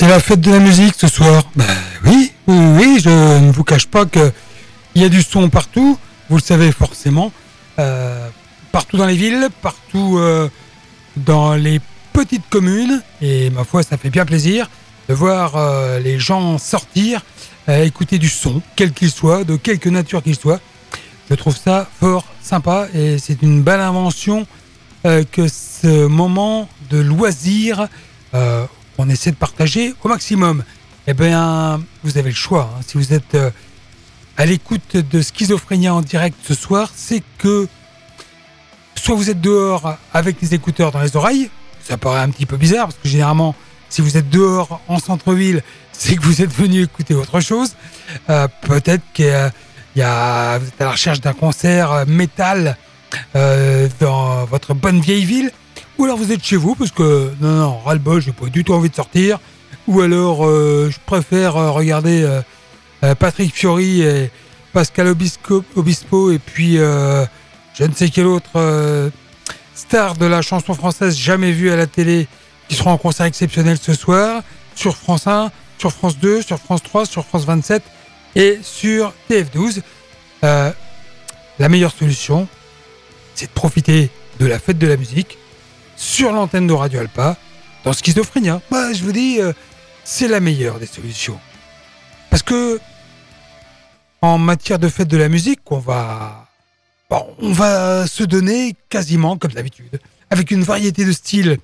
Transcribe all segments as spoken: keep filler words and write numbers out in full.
C'est la fête de la musique ce soir. Ben oui, oui, oui, je ne vous cache pas qu'il y a du son partout, vous le savez forcément, euh, partout dans les villes, partout euh, dans les petites communes, et ma foi, ça fait bien plaisir de voir euh, les gens sortir, euh, écouter du son, quel qu'il soit, de quelque nature qu'il soit. Je trouve ça fort sympa et c'est une belle invention euh, que ce moment de loisir euh, on essaie de partager au maximum. Eh bien, vous avez le choix. Hein. Si vous êtes euh, à l'écoute de Schizophrénia en direct ce soir, c'est que soit vous êtes dehors avec les écouteurs dans les oreilles, ça paraît un petit peu bizarre parce que généralement, si vous êtes dehors en centre-ville, c'est que vous êtes venu écouter autre chose. Euh, peut-être qu'il y a, vous êtes à la recherche d'un concert métal euh, dans votre bonne vieille ville. Ou alors vous êtes chez vous parce que non, non, ras-le-bol, j'ai pas du tout envie de sortir. Ou alors euh, je préfère euh, regarder euh, euh, Patrick Fiori et Pascal Obispo, Obispo et puis euh, je ne sais quel autre euh, star de la chanson française jamais vue à la télé qui sera en concert exceptionnel ce soir sur France un, sur France deux, sur France trois, sur France vingt-sept et sur T F douze. Euh, la meilleure solution, c'est de profiter de la fête de la musique sur l'antenne de Radio Alpa, dans Schizophrénia. Bah, je vous dis, euh, c'est la meilleure des solutions. Parce que, en matière de fête de la musique, on va, bon, on va se donner quasiment comme d'habitude, avec une variété de styles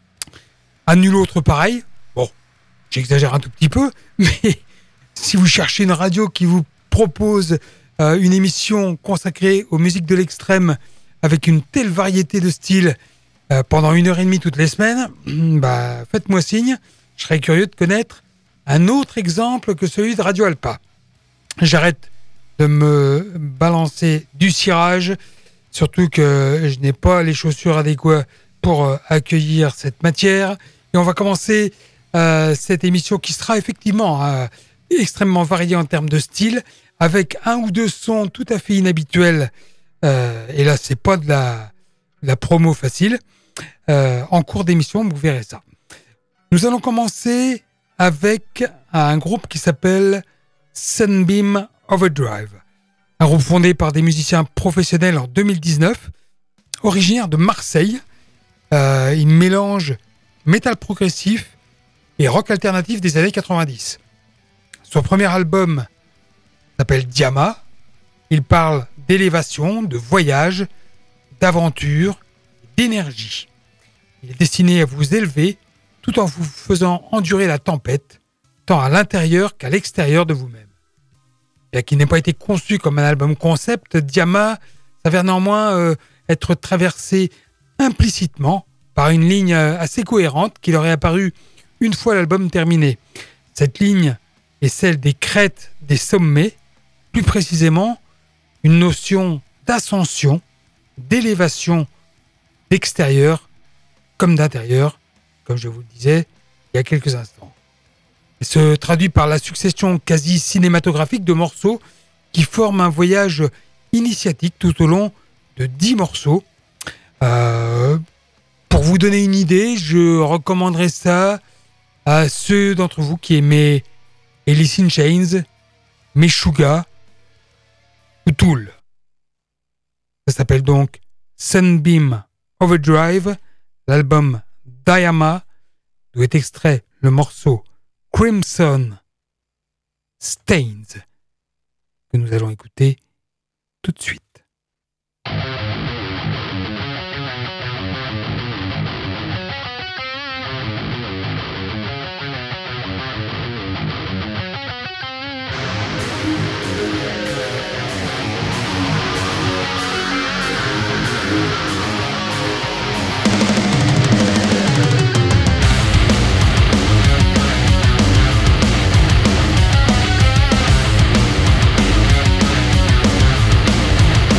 à nul autre pareil. Bon, j'exagère un tout petit peu, mais si vous cherchez une radio qui vous propose euh, une émission consacrée aux musiques de l'extrême avec une telle variété de styles, Euh, pendant une heure et demie toutes les semaines, bah, faites-moi signe, je serais curieux de connaître un autre exemple que celui de Radio Alpa. J'arrête de me balancer du cirage, surtout que je n'ai pas les chaussures adéquates pour euh, accueillir cette matière. Et on va commencer euh, cette émission qui sera effectivement euh, extrêmement variée en termes de style, avec un ou deux sons tout à fait inhabituels. Euh, et là, c'est pas de la, de la promo facile. Euh, en cours d'émission, vous verrez ça. Nous allons commencer avec un groupe qui s'appelle Sunbeam Overdrive. Un groupe fondé par des musiciens professionnels en deux mille dix-neuf, originaire de Marseille. Euh, il mélange métal progressif et rock alternatif des années quatre-vingt-dix. Son premier album s'appelle Diama. Il parle d'élévation, de voyage, d'aventure, d'énergie. Il est destiné à vous élever tout en vous faisant endurer la tempête, tant à l'intérieur qu'à l'extérieur de vous-même. Bien qu'il n'ait pas été conçu comme un album concept, Diama s'avère néanmoins euh, être traversé implicitement par une ligne assez cohérente qui leur est apparue une fois l'album terminé. Cette ligne est celle des crêtes des sommets, plus précisément une notion d'ascension, d'élévation d'extérieur comme d'intérieur, comme je vous le disais il y a quelques instants. Il se traduit par la succession quasi cinématographique de morceaux qui forment un voyage initiatique tout au long de dix morceaux. Euh, pour vous donner une idée, je recommanderais ça à ceux d'entre vous qui aimaient Alice in Chains, Meshuggah ou Tool. Ça s'appelle donc Sunbeam Overdrive. L'album Diama, d'où est extrait le morceau Crimson Stains, que nous allons écouter tout de suite. We'll be right back.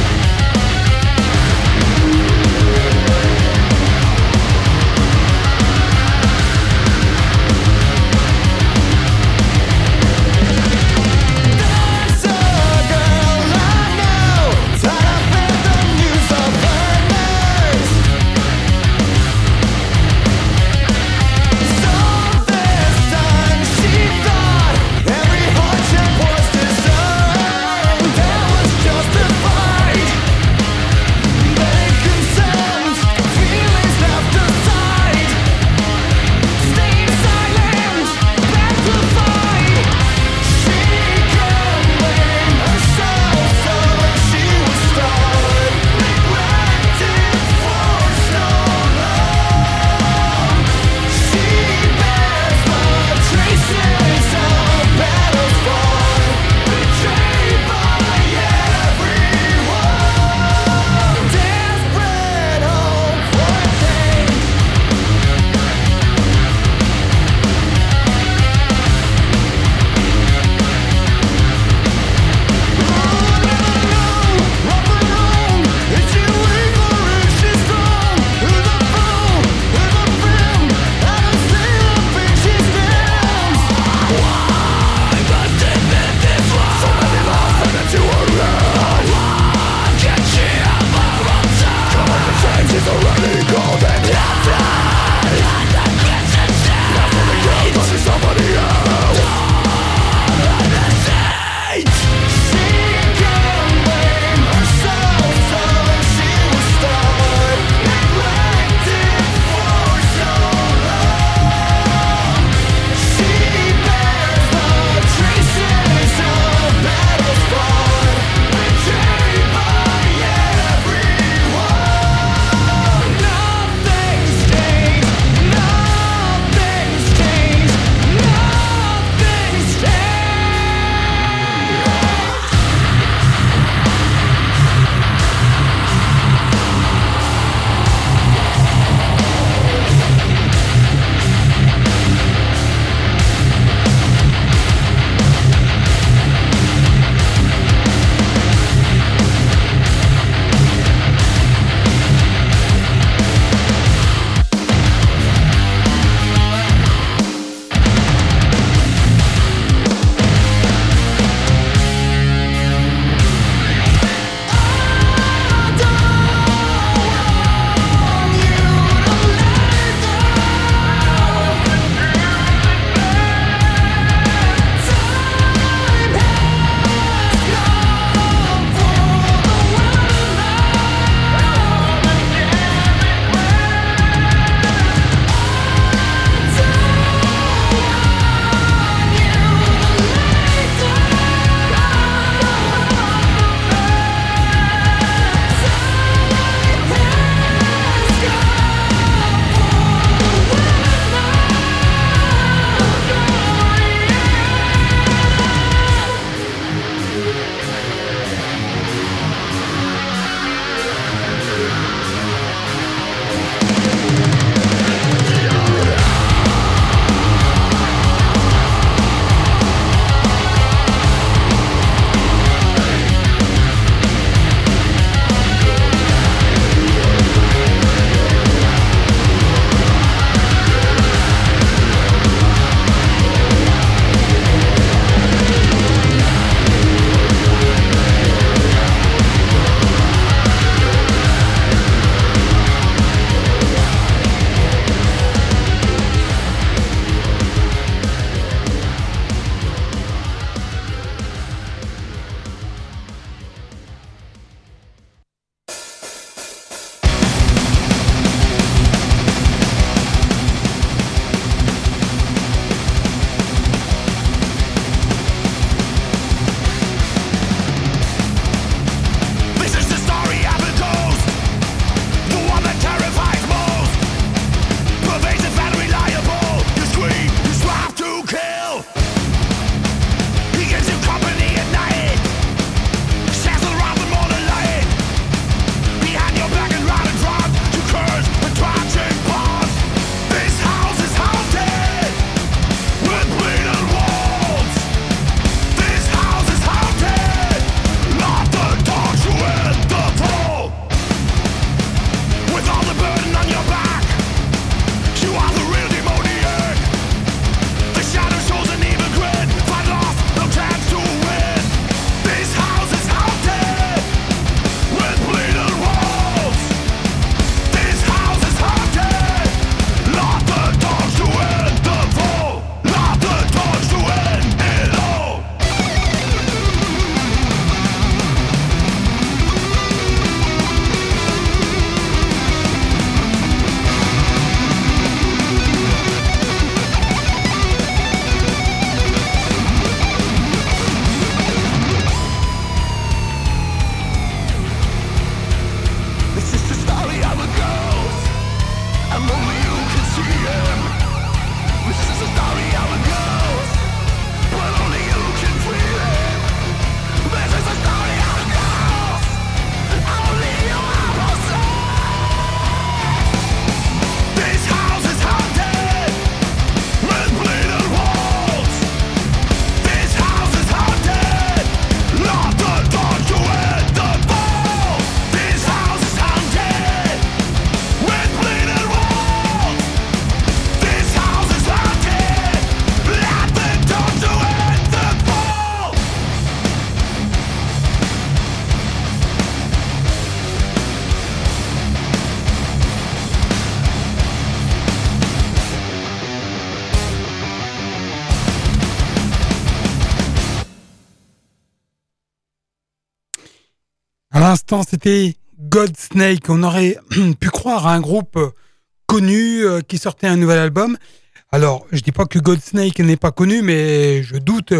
l'instant, c'était Godsnake. On aurait pu croire à un groupe connu euh, qui sortait un nouvel album. Alors, je dis pas que Godsnake n'est pas connu, mais je doute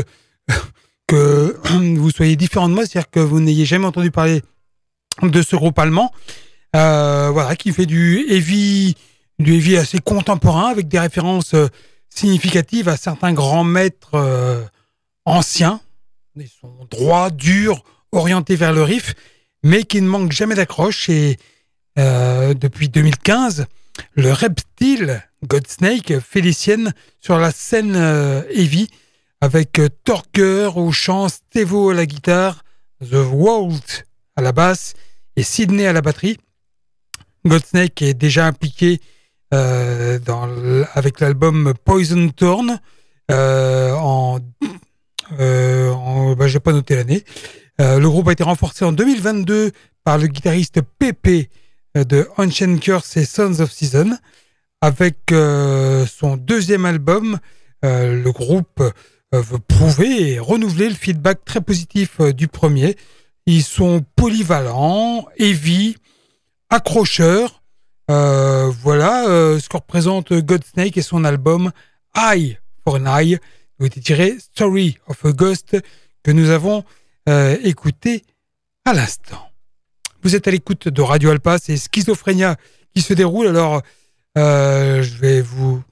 que vous soyez différent de moi, c'est-à-dire que vous n'ayez jamais entendu parler de ce groupe allemand, euh, voilà, qui fait du heavy, du heavy assez contemporain avec des références euh, significatives à certains grands maîtres euh, anciens. Ils sont droits, durs, orientés vers le riff, mais qui ne manquent jamais d'accroche. Et euh, depuis deux mille quinze, le reptile Godsnake fait les siennes sur la scène euh, heavy, avec euh, Torker au chant, Stevo à la guitare, The Vault à la basse et Sydney à la batterie. Godsnake est déjà impliqué euh, dans l- avec l'album Poison Thorn euh, en, euh, en bah, j'ai pas noté l'année. Euh, le groupe a été renforcé en deux mille vingt-deux par le guitariste Pepe euh, de Ancient Curse et Sons of Season. Avec euh, son deuxième album, euh, le groupe euh, veut prouver et renouveler le feedback très positif euh, du premier. Ils sont polyvalents, heavy, accrocheurs. Euh, voilà euh, ce que représente Godsnake et son album Eye for an Eye, où était tiré Story of a Ghost, que nous avons euh, écouté à l'instant. Vous êtes à l'écoute de Radio Alpa, c'est Schizophrénia qui se déroule. Alors, euh, je vais vous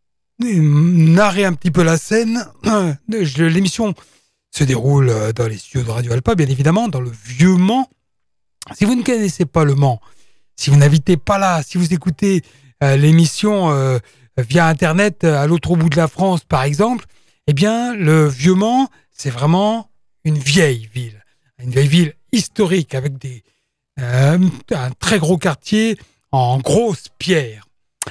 narrer un petit peu la scène. Je- L'émission se déroule dans les studios de Radio Alpa, bien évidemment, dans le vieux Mans. Si vous ne connaissez pas le Mans, si vous n'habitez pas là, si vous écoutez euh, l'émission euh, via Internet euh, à l'autre bout de la France, par exemple, eh bien, le vieux Mans, c'est vraiment une vieille ville. Une vieille ville historique avec des, euh, un très gros quartier en grosses pierres.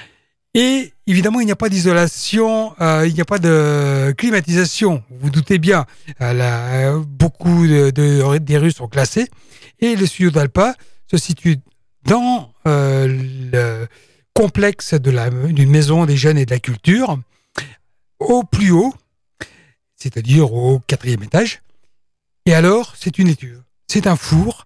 Et évidemment, il n'y a pas d'isolation, euh, il n'y a pas de climatisation. Vous vous doutez bien, euh, la- beaucoup de, de- des rues sont classées. Et le studio d'Alpa se situe dans euh, le complexe de la, d'une maison des jeunes et de la culture, au plus haut, c'est-à-dire au quatrième étage. Et alors, c'est une étuve, c'est un four.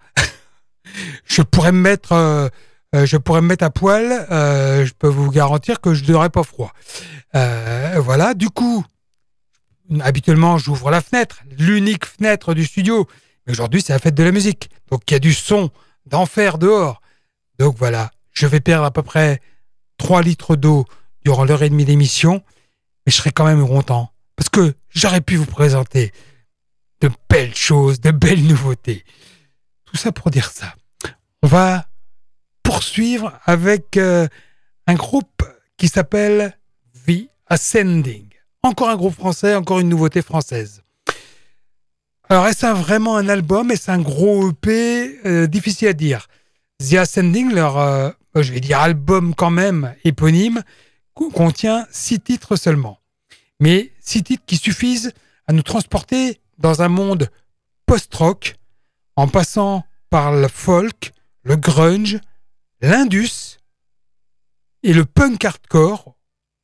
Je pourrais me mettre, euh, euh, je pourrais me mettre à poil. Euh, je peux vous garantir que je n'aurai pas froid. Euh, voilà. Du coup, habituellement, j'ouvre la fenêtre, l'unique fenêtre du studio. Mais aujourd'hui, c'est la fête de la musique, donc il y a du son d'enfer dehors. Donc voilà, je vais perdre à peu près trois litres d'eau durant l'heure et demie d'émission, mais je serai quand même content parce que j'aurais pu vous présenter de belles choses, de belles nouveautés. Tout ça pour dire ça. On va poursuivre avec euh, un groupe qui s'appelle The Ascending. Encore un groupe français, encore une nouveauté française. Alors, est-ce un, vraiment un album? Est-ce un gros E P? euh, Difficile à dire. The Ascending, leur, euh, je vais dire album quand même, éponyme, co- contient six titres seulement. Mais six titres qui suffisent à nous transporter dans un monde post-rock, en passant par le folk, le grunge, l'indus et le punk hardcore,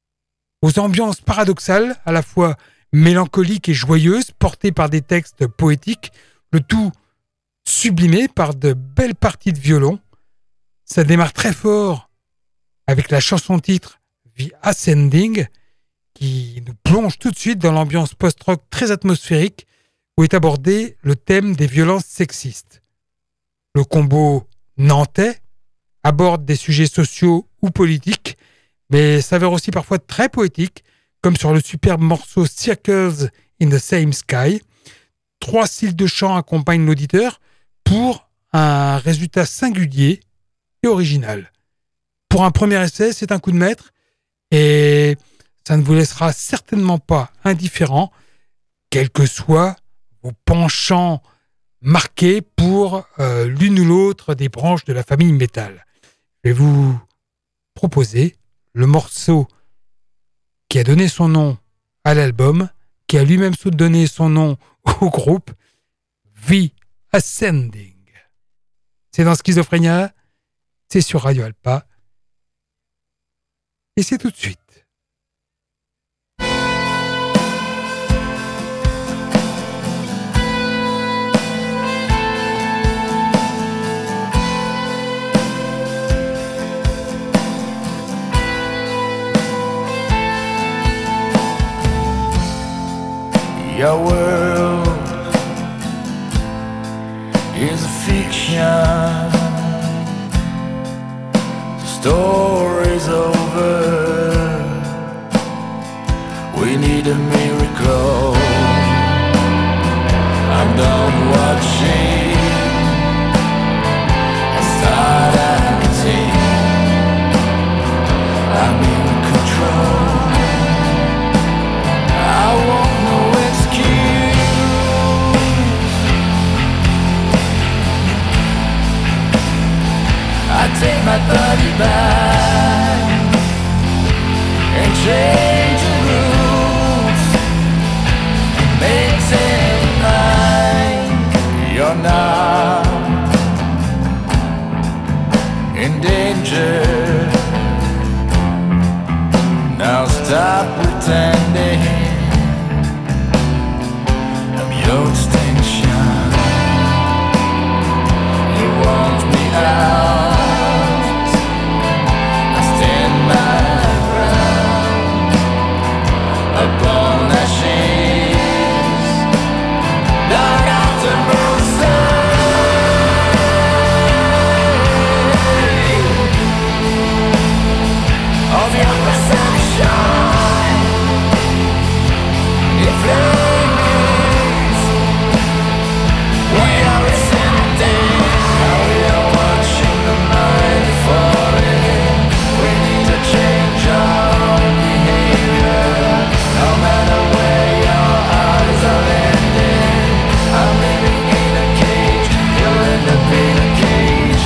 aux ambiances paradoxales, à la fois mélancoliques et joyeuses, portées par des textes poétiques, le tout sublimé par de belles parties de violon. Ça démarre très fort avec la chanson-titre The Ascending, qui nous plonge tout de suite dans l'ambiance post-rock très atmosphérique, où est abordé le thème des violences sexistes. Le combo nantais aborde des sujets sociaux ou politiques, mais s'avère aussi parfois très poétique, comme sur le superbe morceau Circles in the Same Sky. Trois styles de chant accompagnent l'auditeur pour un résultat singulier et original. Pour un premier essai, c'est un coup de maître et ça ne vous laissera certainement pas indifférent, quels que soient vos penchants marqués pour euh, l'une ou l'autre des branches de la famille métal. Je vais vous proposer le morceau qui a donné son nom à l'album, qui a lui-même donné son nom au groupe, The Ascending. C'est dans Schizophrénia, c'est sur Radio Alpa, et c'est tout de suite. Your world is a fiction. The story's over. We need a miracle. I'm done watching and start acting. I'm in control. I want no excuse. I take my body back and change the rules. Makes it mine. You're not in danger. Now stop pretending I'm your extension. You want me out, I stand my ground upon ashes. Dug out the mercy of your perception. It flames. We are ascending. Now we are watching the mind falling. We need to change our behavior. No matter where your eyes are landing. I'm living in a cage. You'll end up in a cage.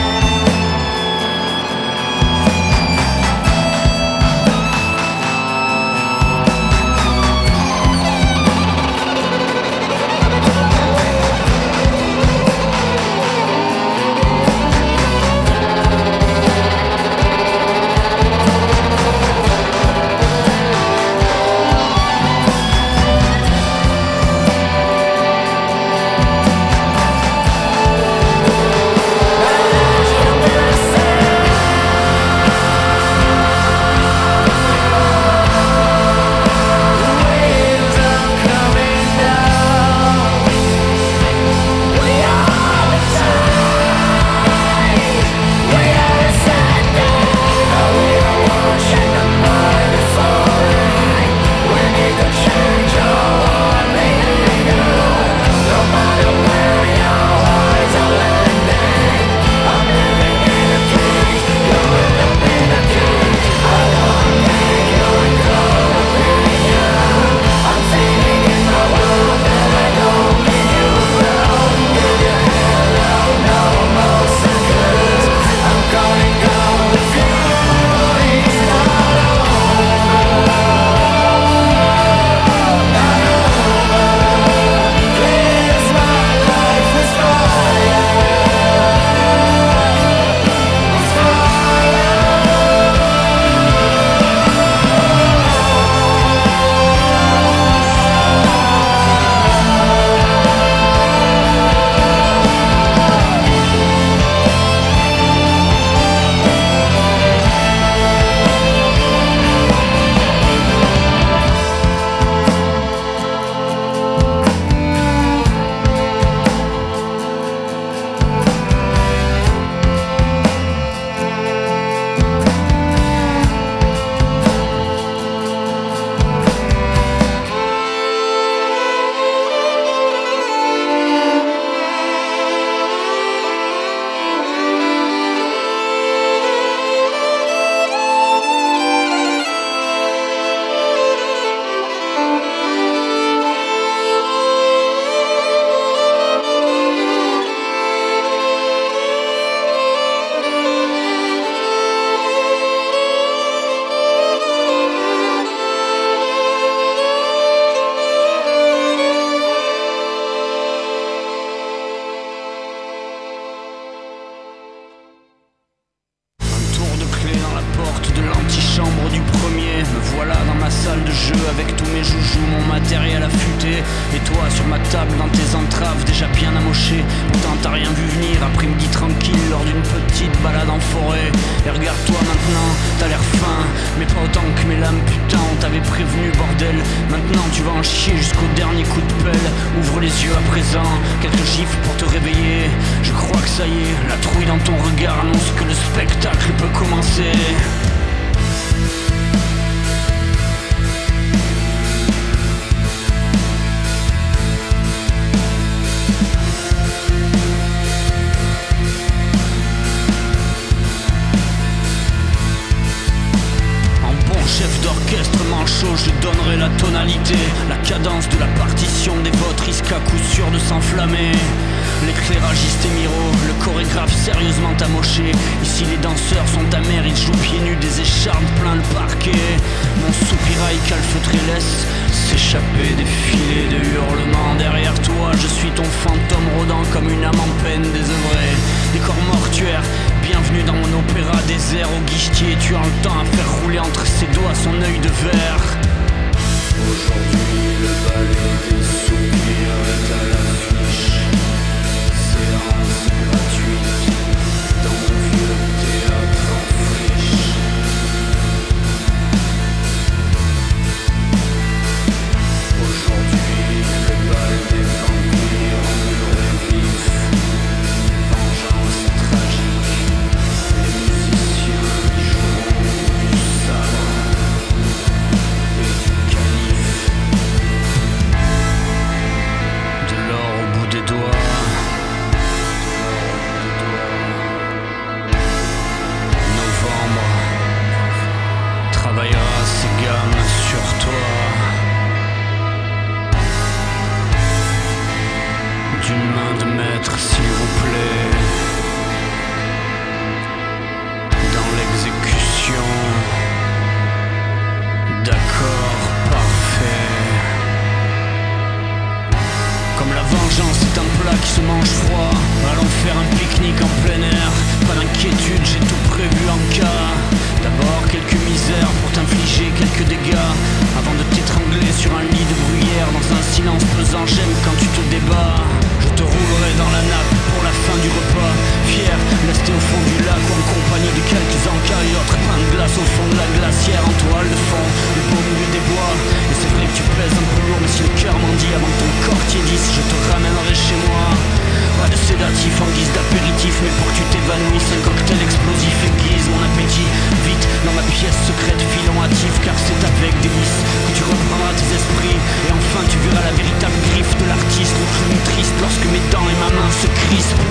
matériel affûté. Et toi sur ma table dans tes entraves déjà bien amochées. Pourtant t'as rien vu venir, après-midi tranquille lors d'une petite balade en forêt. Et regarde-toi maintenant, t'as l'air fin, mais pas autant que mes lames, putain, on t'avais prévenu, bordel. Maintenant tu vas en chier jusqu'au dernier coup de pelle. Ouvre les yeux à présent, quelques gifles pour te réveiller. Je crois que ça y est, la trouille dans ton regard annonce que le spectacle peut commencer. Chef d'orchestre manchot, je donnerai la tonalité, la cadence de la partition des votes risque à coup sûr de s'enflammer. L'éclairagiste est Miro, le chorégraphe sérieusement amoché. Ici les danseurs sont amers, ils jouent pieds nus, des écharpes plein le parquet. Mon soupirail calfeutré laisse s'échapper des filets de hurlements. Derrière toi, je suis ton fantôme rôdant comme une âme en peine désœuvrée. Décor mortuaire, bienvenue dans mon opéra désert. Au guichetier, tu as le temps à faire rouler entre ses doigts son œil de verre. Aujourd'hui, le ballet des soupirs est à l'affiche. Séance gratuite dans mon vieux théâtre en friche. Aujourd'hui, le bal des vampires en mur et vif. Vengeance tragique, les musiciens y joueront du sabre et du calife. De l'or au bout des doigts. Novembre travaillera ses gammes sur toi. D'une main de maître, s'il vous plaît. Dans l'exécution d'accords parfaits. Comme la vengeance est un plat qui se mange froid, allons faire un pique-nique en plein air. Pas d'inquiétude, j'ai tout prévu en cas. D'abord quelques misères pour t'infliger quelques dégâts, avant de t'étrangler sur un lit de bruyère. Dans un silence pesant, j'aime quand tu te débats. Je te roulerai dans la nappe pour la fin du repas. Fier, resté au fond du lac ou en compagnie de quelques encas et autres pains de glace au fond de la glacière. En toile de fond, le beau milieu des bois. Et c'est vrai que tu pèses un peu lourd, mais si le cœur m'en dit, avant que ton corps tiédisse, je te ramènerai chez moi. Pas de sédatif en guise d'apéritif, mais pour que tu t'évanouisses, un cocktail explosif aiguise mon appétit. Vite, dans ma pièce secrète, filon hâtif, car c'est avec délice que tu reprendras tes esprits. Et enfin tu verras la véritable griffe de l'artiste, le clown triste lorsque mes dents et ma main se crispent.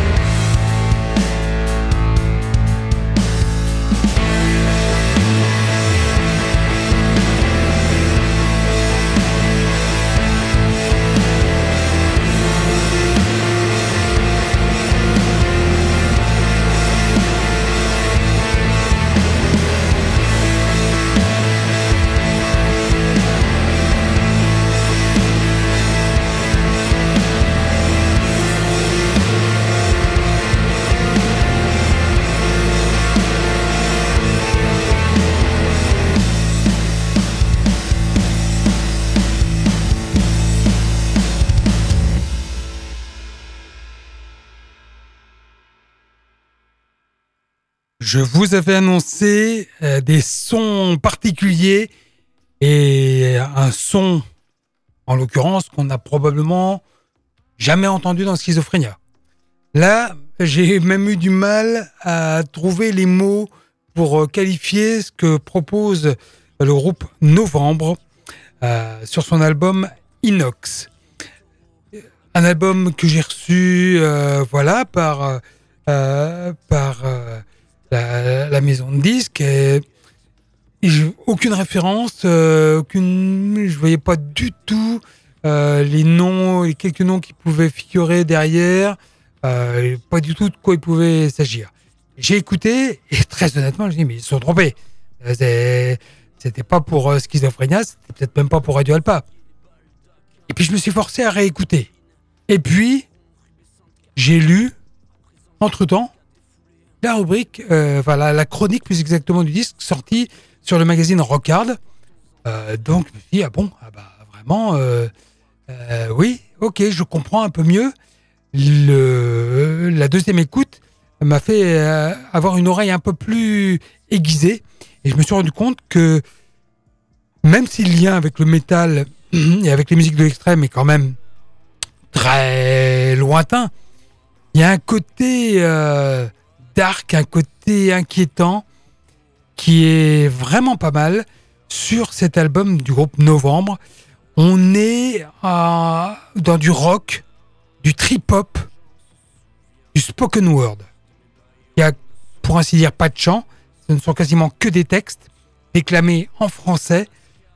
Je vous avais annoncé euh, des sons particuliers et un son, en l'occurrence, qu'on n'a probablement jamais entendu dans Schizophrénia. Là, j'ai même eu du mal à trouver les mots pour qualifier ce que propose le groupe Novembre euh, sur son album Inox. Un album que j'ai reçu euh, voilà, par, euh, par euh, la, la maison de disques. Et, et j'ai aucune référence, euh, aucune, je voyais pas du tout euh, les noms, les quelques noms qui pouvaient figurer derrière, euh, pas du tout de quoi il pouvait s'agir. J'ai écouté et très honnêtement, je me dis mais ils se sont trompés. C'est, c'était pas pour euh, Schizophrénia, c'était peut-être même pas pour Radio Alpa. Et puis je me suis forcé à réécouter. Et puis j'ai lu entre-temps la rubrique, euh, enfin la, la chronique plus exactement du disque sortie sur le magazine Rock Hard. Euh, donc je me suis dit ah bon, ah bah vraiment, euh, euh, oui, ok, je comprends un peu mieux. Le, la deuxième écoute m'a fait euh, avoir une oreille un peu plus aiguisée et je me suis rendu compte que même si le lien avec le métal et avec les musiques de l'extrême est quand même très lointain, il y a un côté euh, dark, un côté inquiétant qui est vraiment pas mal sur cet album du groupe Novembre. On est euh, dans du rock, du trip-hop, du spoken word. Il y a, pour ainsi dire, pas de chant. Ce ne sont quasiment que des textes déclamés en français.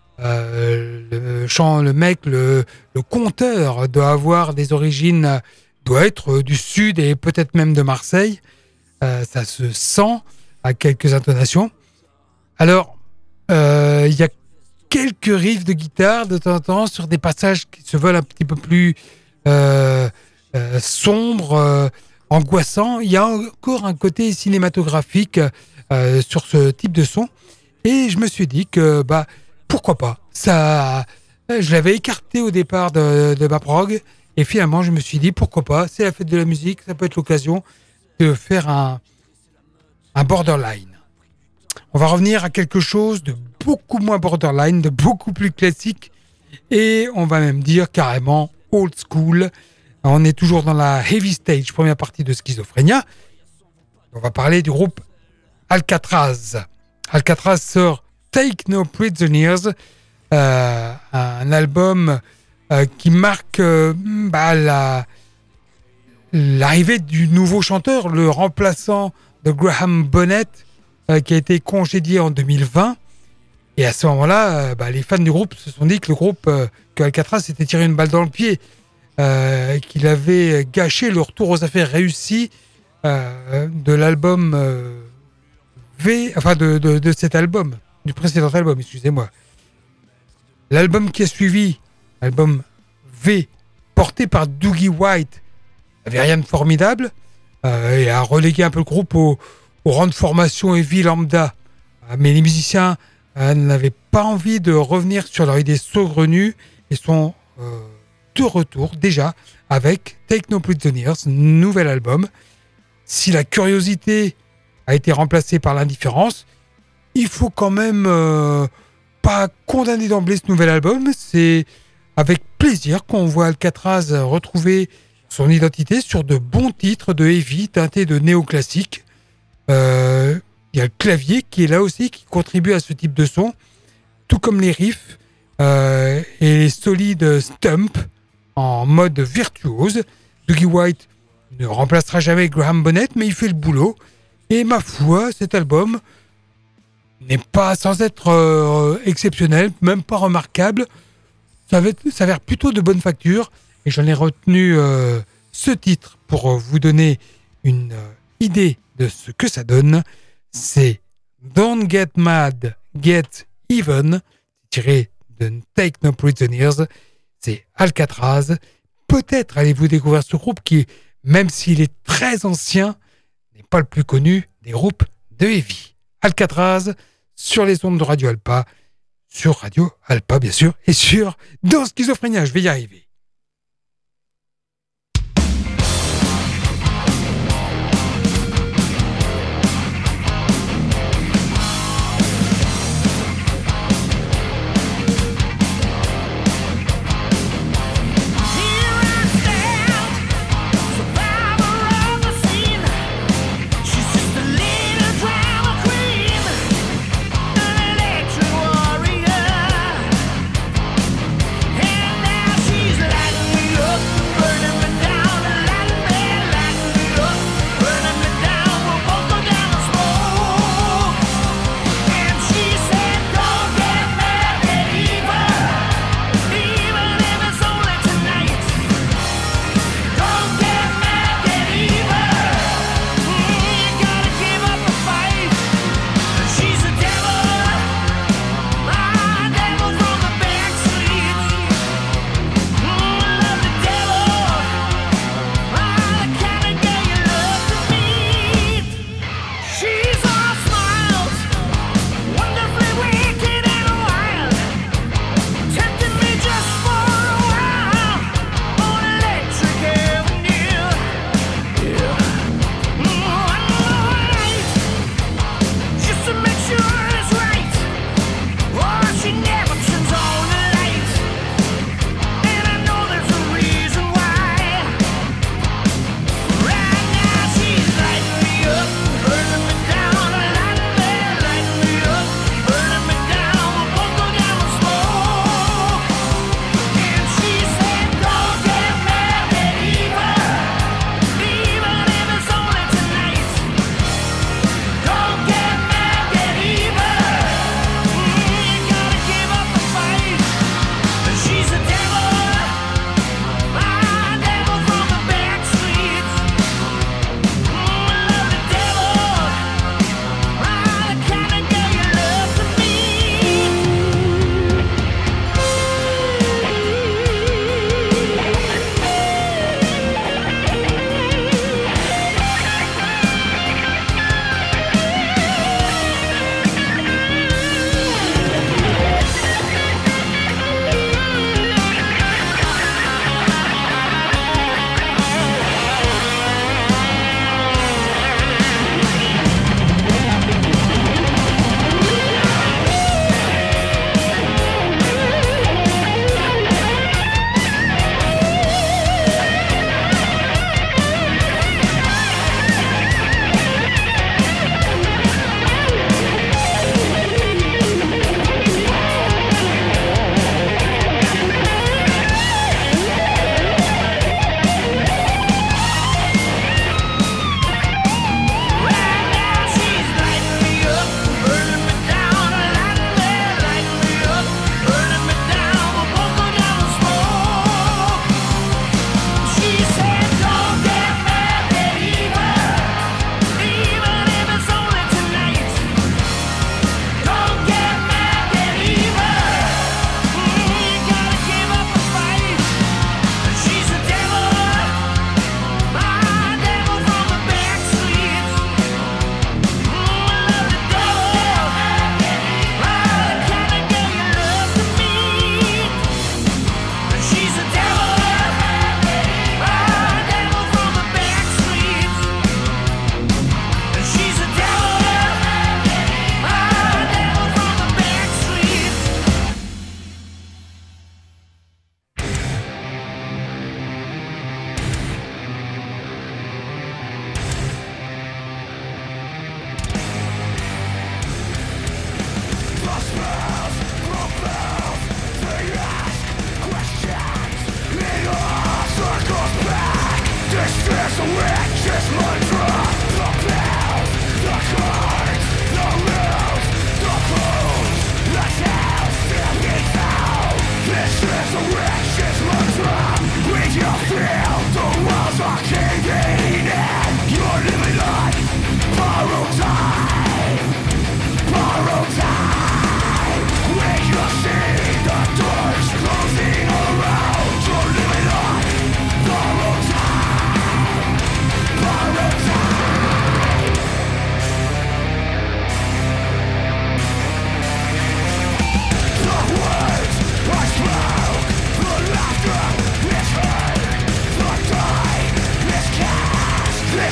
Euh, le chant, le mec, le, le conteur doit avoir des origines, doit être du sud et peut-être même de Marseille. Euh, ça se sent à quelques intonations. Alors, euh, il y a quelques riffs de guitare de temps en temps sur des passages qui se veulent un petit peu plus euh, euh, sombres, euh, angoissants. Il y a encore un côté cinématographique euh, sur ce type de son. Et je me suis dit que, bah, pourquoi pas. Ça, je l'avais écarté au départ de, de ma prog. Et finalement, je me suis dit, pourquoi pas. C'est la fête de la musique. Ça peut être l'occasion de faire un, un borderline. On va revenir à quelque chose de beaucoup moins borderline, de beaucoup plus classique. Et on va même dire carrément old school. On est toujours dans la heavy stage, première partie de Schizophrénia. On va parler du groupe Alcatraz. Alcatraz sort Take No Prisoners, euh, un album euh, qui marque euh, bah, la, l'arrivée du nouveau chanteur, le remplaçant de Graham Bonnet, euh, qui a été congédié en deux mille vingt. Et à ce moment-là, euh, bah, les fans du groupe se sont dit que le groupe, euh, que Alcatraz s'était tiré une balle dans le pied, euh, qu'il avait gâché le retour aux affaires réussi euh, de l'album euh, V, enfin de, de, de cet album, du précédent album, excusez-moi. L'album qui a suivi, l'album V, porté par Dougie White, n'avait rien de formidable euh, et a relégué un peu le groupe au, au rang de formation heavy lambda. Euh, mais les musiciens euh, n'avaient pas envie de revenir sur leur idée saugrenue et sont euh, de retour déjà avec Take No Prisoners, nouvel album. Si la curiosité a été remplacée par l'indifférence, il faut quand même euh, pas condamner d'emblée ce nouvel album. C'est avec plaisir qu'on voit Alcatraz retrouver son identité sur de bons titres de heavy teintés de néoclassique. Euh, il y a le clavier qui est là aussi, qui contribue à ce type de son, tout comme les riffs euh, et les solides stumps en mode virtuose. Dougie White ne remplacera jamais Graham Bonnet, mais il fait le boulot. Et ma foi, cet album n'est pas sans être euh, exceptionnel, même pas remarquable. Ça s'avère plutôt de bonne facture. Et j'en ai retenu euh, ce titre pour euh, vous donner une euh, idée de ce que ça donne. C'est Don't Get Mad, Get Even, tiré de Take No Prisoners. C'est Alcatraz. Peut-être allez-vous découvrir ce groupe qui, même s'il est très ancien, n'est pas le plus connu des groupes de heavy. Alcatraz, sur les ondes de Radio Alpa, sur Radio Alpa bien sûr, et sur Dans Schizophrénia, je vais y arriver. She's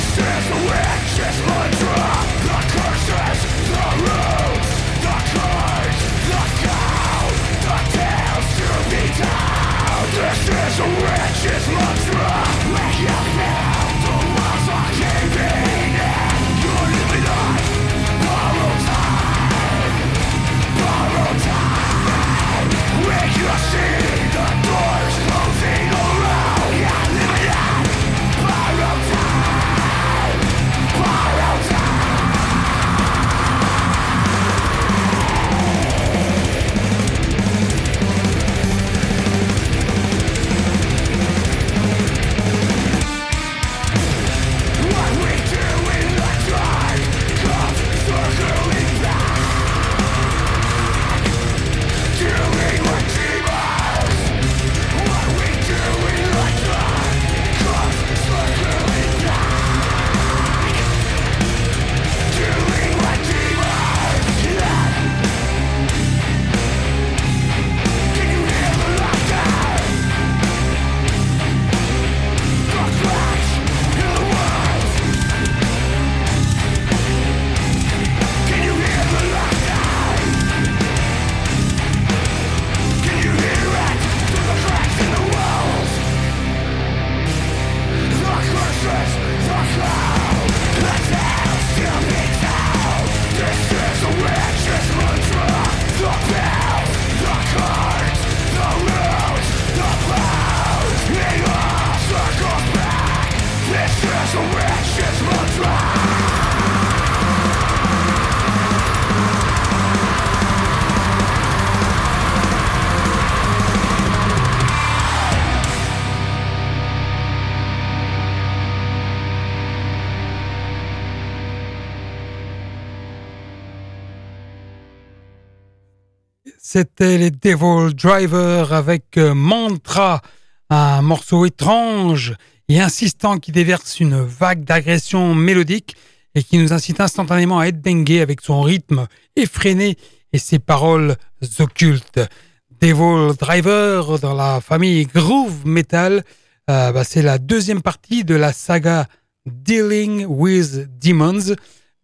C'était les Devil Driver avec euh, Mantra, un morceau étrange et insistant qui déverse une vague d'agression mélodique et qui nous incite instantanément à headbanger avec son rythme effréné et ses paroles occultes. Devil Driver dans la famille Groove Metal, euh, bah, c'est la deuxième partie de la saga Dealing with Demons,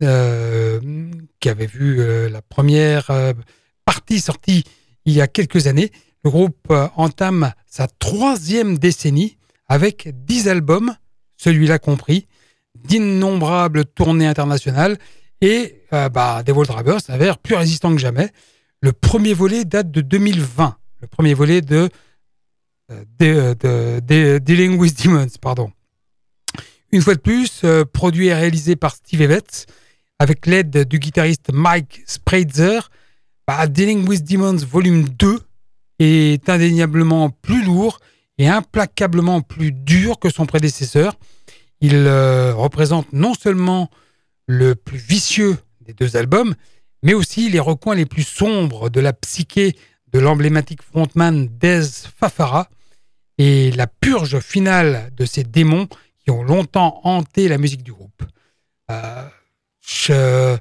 euh, qui avait vu euh, la première euh, partie sortie il y a quelques années. Le groupe euh, entame sa troisième décennie avec dix albums, celui-là compris, d'innombrables tournées internationales et euh, bah, Devil Driver s'avère plus résistant que jamais. Le premier volet date de deux mille vingt, le premier volet de, euh, de, de, de, de Dealing with Demons, pardon. Une fois de plus, euh, produit et réalisé par Steve Evans, avec l'aide du guitariste Mike Spreitzer, bah, Dealing with Demons volume deux est indéniablement plus lourd et implacablement plus dur que son prédécesseur. Il euh, représente non seulement le plus vicieux des deux albums, mais aussi les recoins les plus sombres de la psyché de l'emblématique frontman Dez Fafara et la purge finale de ces démons qui ont longtemps hanté la musique du groupe. Euh, je...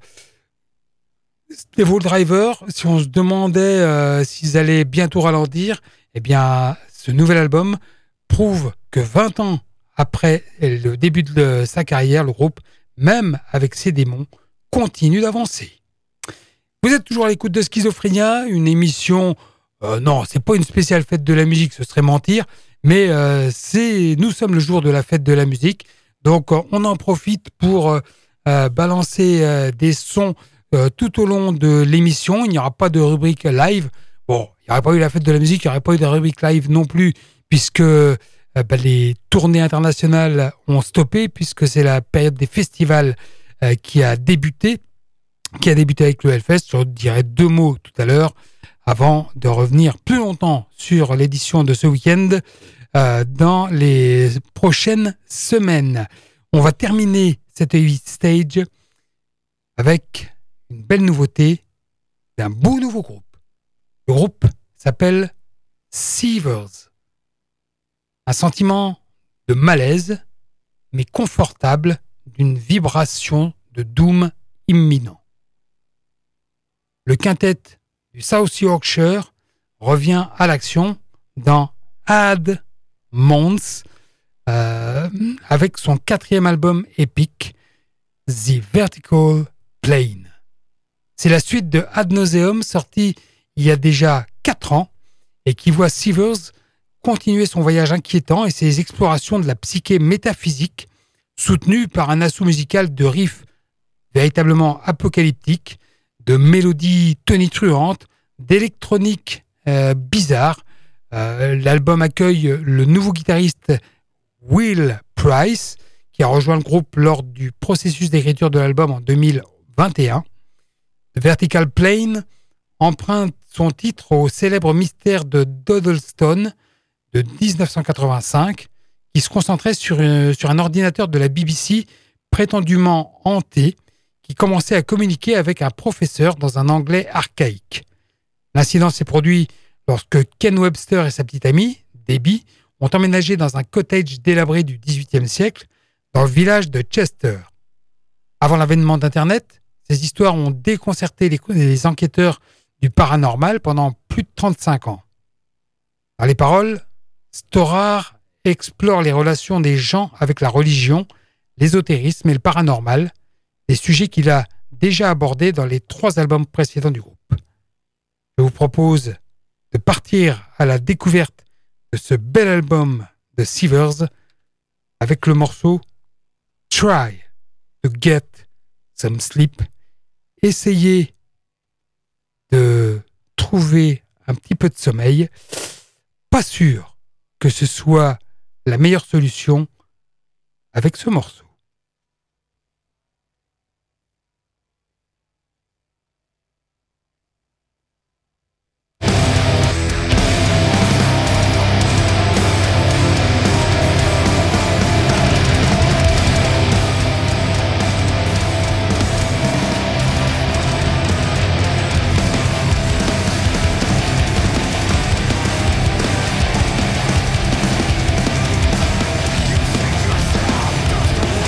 Devil Driver, si on se demandait euh, s'ils allaient bientôt ralentir, eh bien, ce nouvel album prouve que vingt ans après le début de sa carrière, le groupe, même avec ses démons, continue d'avancer. Vous êtes toujours à l'écoute de Schizophrénia, une émission, euh, non, c'est pas une spéciale fête de la musique, ce serait mentir, mais euh, c'est, nous sommes le jour de la fête de la musique, donc euh, on en profite pour euh, euh, balancer euh, des sons euh, tout au long de l'émission. Il n'y aura pas de rubrique live. Bon, il n'y aurait pas eu la fête de la musique, il n'y aurait pas eu de rubrique live non plus, puisque euh, bah, les tournées internationales ont stoppé, puisque c'est la période des festivals euh, qui a débuté, qui a débuté avec le Hellfest. Je dirais deux mots tout à l'heure, avant de revenir plus longtemps sur l'édition de ce week-end euh, dans les prochaines semaines. On va terminer cette huit stage avec une belle nouveauté d'un beau nouveau groupe. Le groupe s'appelle Seavers. Un sentiment de malaise, mais confortable, d'une vibration de doom imminent. Le quintet du South Yorkshire revient à l'action dans Add Months, euh, avec son quatrième album épique, The Vertical Plane. C'est la suite de Ad Nauseam, sorti il y a déjà quatre ans, et qui voit Sivers continuer son voyage inquiétant et ses explorations de la psyché métaphysique, soutenues par un assaut musical de riffs véritablement apocalyptiques, de mélodies tonitruantes, d'électronique euh, bizarre. Euh, l'album accueille le nouveau guitariste Will Price, qui a rejoint le groupe lors du processus d'écriture de l'album en deux mille vingt et un. The Vertical Plane emprunte son titre au célèbre mystère de Dodlestone de dix-neuf cent quatre-vingt-cinq, qui se concentrait sur, une, sur un ordinateur de la B B C prétendument hanté, qui commençait à communiquer avec un professeur dans un anglais archaïque. L'incident s'est produit lorsque Ken Webster et sa petite amie, Debbie, ont emménagé dans un cottage délabré du dix-huitième siècle dans le village de Chester. Avant l'avènement d'Internet, ces histoires ont déconcerté les, les enquêteurs du paranormal pendant plus de trente-cinq ans. Dans les paroles, Storar explore les relations des gens avec la religion, l'ésotérisme et le paranormal, des sujets qu'il a déjà abordés dans les trois albums précédents du groupe. Je vous propose de partir à la découverte de ce bel album de Sivers avec le morceau Try to Get Some Sleep. Essayez de trouver un petit peu de sommeil. Pas sûr que ce soit la meilleure solution avec ce morceau. Yourself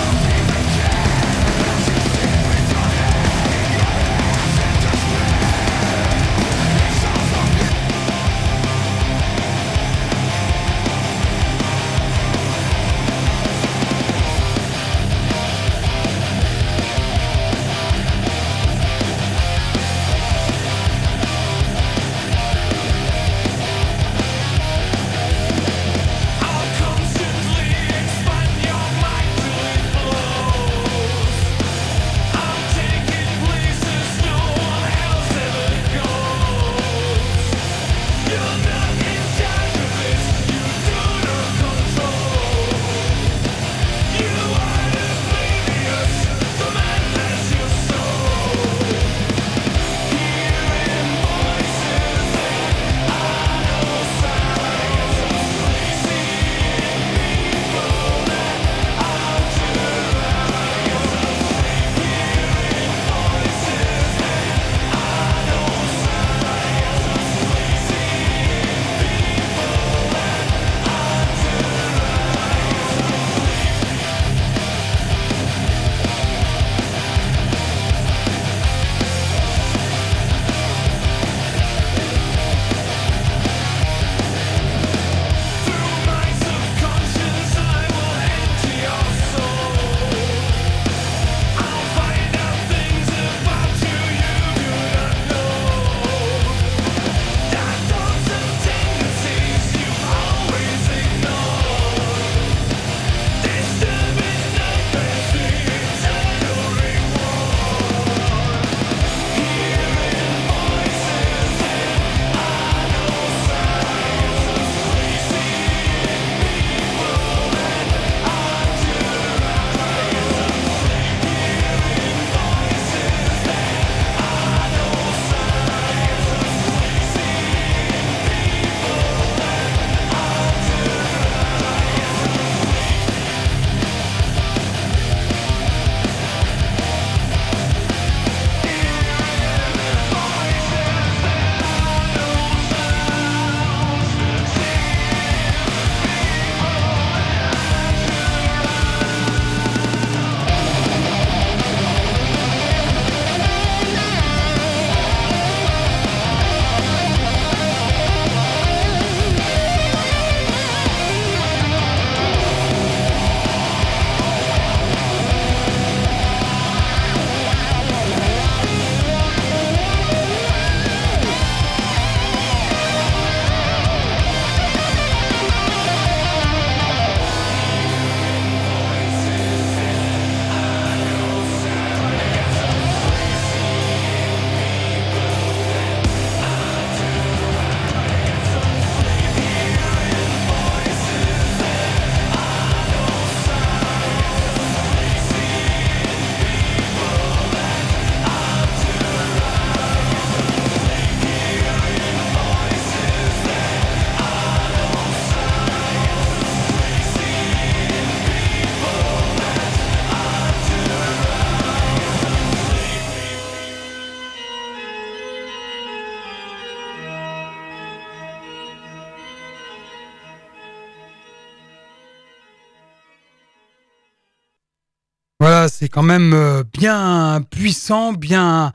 c'est quand même euh, bien puissant, bien...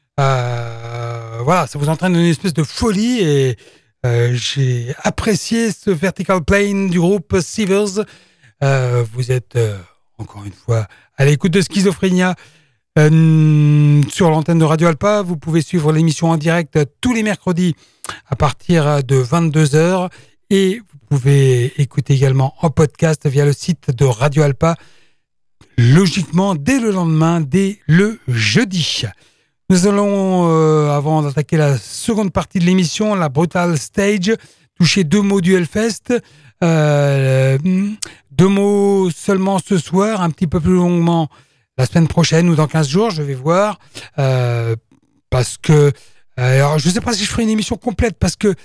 Euh, voilà, ça vous entraîne dans une espèce de folie et euh, j'ai apprécié ce Vertical Plane du groupe Sieverts. Euh, vous êtes, euh, encore une fois, à l'écoute de Schizophrénia euh, sur l'antenne de Radio Alpa. Vous pouvez suivre l'émission en direct tous les mercredis à partir de vingt-deux heures et vous pouvez écouter également en podcast via le site de Radio Alpa, logiquement dès le lendemain, dès le jeudi. Nous allons, euh, avant d'attaquer la seconde partie de l'émission, la Brutal Stage, toucher deux mots du Hellfest. Euh, deux mots seulement ce soir, un petit peu plus longuement la semaine prochaine ou dans quinze jours, je vais voir. Euh, parce que, alors je ne sais pas si je ferai une émission complète parce que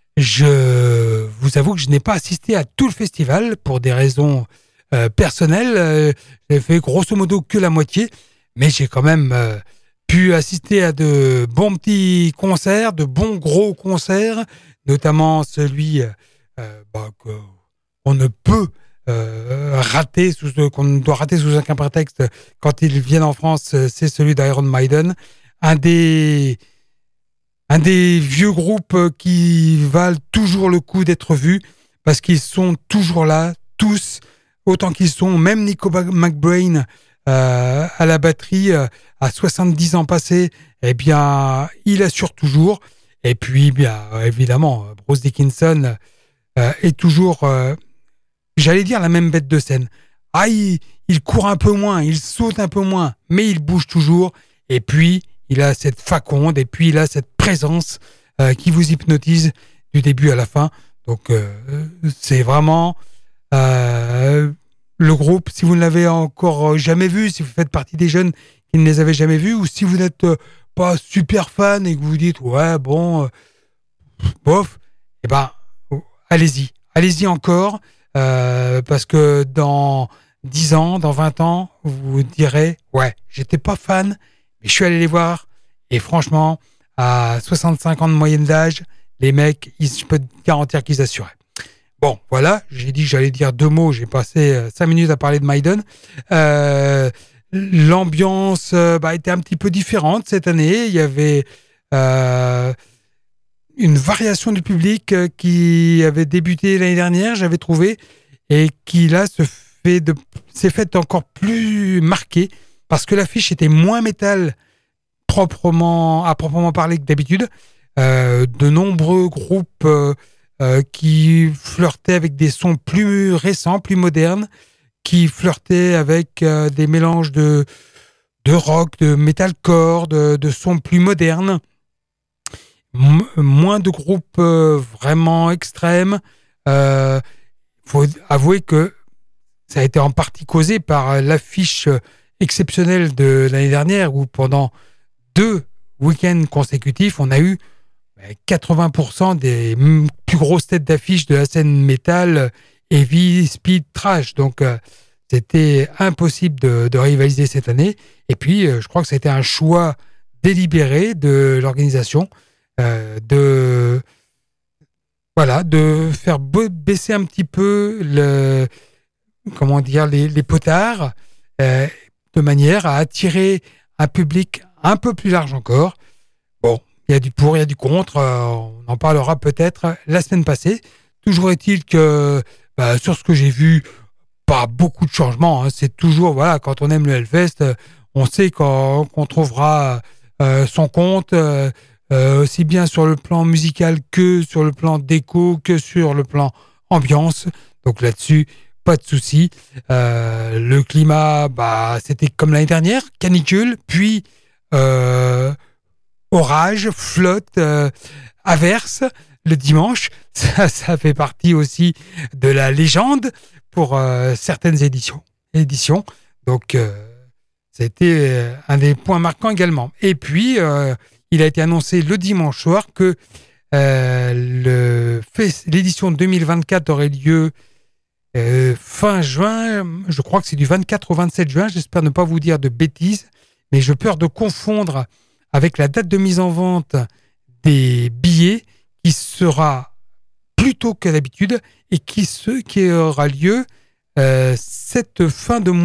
je vous avoue que je n'ai pas assisté à tout le festival pour des raisons euh, personnelles. Euh, j'ai fait grosso modo que la moitié, mais j'ai quand même... Euh, pu assister à de bons petits concerts, de bons gros concerts, notamment celui euh, bah, qu'on ne peut euh, rater, sous, qu'on ne doit rater sous aucun prétexte quand ils viennent en France, c'est celui d'Iron Maiden, un des, un des vieux groupes qui valent toujours le coup d'être vus, parce qu'ils sont toujours là, tous, autant qu'ils sont, même Nico McBrain, Euh, à la batterie, euh, à soixante-dix ans passés, eh bien, il assure toujours. Et puis, bien évidemment, Bruce Dickinson euh, est toujours, euh, j'allais dire, la même bête de scène. Ah, il, il court un peu moins, il saute un peu moins, mais il bouge toujours. Et puis, il a cette faconde, et puis il a cette présence euh, qui vous hypnotise du début à la fin. Donc, euh, c'est vraiment... Euh, le groupe, si vous ne l'avez encore jamais vu, si vous faites partie des jeunes qui ne les avaient jamais vus, ou si vous n'êtes pas super fan et que vous vous dites ouais bon euh, bof, eh ben allez-y, allez-y encore euh, parce que dans dix ans, dans vingt ans, vous vous direz ouais, j'étais pas fan, mais je suis allé les voir et franchement à soixante-cinq ans de moyenne d'âge, les mecs, ils, je peux te garantir qu'ils assuraient. Bon, voilà, j'ai dit que j'allais dire deux mots, j'ai passé euh, cinq minutes à parler de Maiden. Euh, l'ambiance euh, bah, était un petit peu différente cette année. Il y avait euh, une variation du public euh, qui avait débuté l'année dernière, j'avais trouvé, et qui là se fait de, s'est fait encore plus marquée parce que l'affiche était moins métal proprement, à proprement parler que d'habitude. Euh, de nombreux groupes... Euh, Euh, qui flirtait avec des sons plus récents, plus modernes, qui flirtait avec euh, des mélanges de, de rock, de metalcore, de, de sons plus modernes. M- moins de groupes euh, vraiment extrêmes. Il euh, faut avouer que ça a été en partie causé par l'affiche exceptionnelle de l'année dernière où pendant deux week-ends consécutifs, on a eu quatre-vingts pour cent des plus grosses têtes d'affiche de la scène métal, heavy, speed, trash. Donc, euh, c'était impossible de, de rivaliser cette année. Et puis, euh, je crois que c'était un choix délibéré de l'organisation euh, de, voilà, de faire baisser un petit peu le, comment dire, les, les potards euh, de manière à attirer un public un peu plus large encore. Bon. Il y a du pour, il y a du contre. Euh, on en parlera peut-être la semaine passée. Toujours est-il que bah, sur ce que j'ai vu, pas beaucoup de changements. Hein. C'est toujours, voilà, quand on aime le Hellfest, euh, on sait qu'on, qu'on trouvera euh, son compte, euh, euh, aussi bien sur le plan musical que sur le plan déco, que sur le plan ambiance. Donc là-dessus, pas de souci. Euh, le climat, bah, c'était comme l'année dernière, canicule, puis... Euh, orage, flotte, euh, averse le dimanche. Ça, ça fait partie aussi de la légende pour euh, certaines éditions. éditions. Donc, euh, c'était euh, un des points marquants également. Et puis, euh, il a été annoncé le dimanche soir que euh, le fest- l'édition deux mille vingt-quatre aurait lieu euh, fin juin. Je crois que c'est du vingt-quatre au vingt-sept juin. J'espère ne pas vous dire de bêtises, mais j'ai peur de confondre avec la date de mise en vente des billets qui sera plus tôt que d'habitude et qui, se, qui aura lieu euh, cette fin de mois.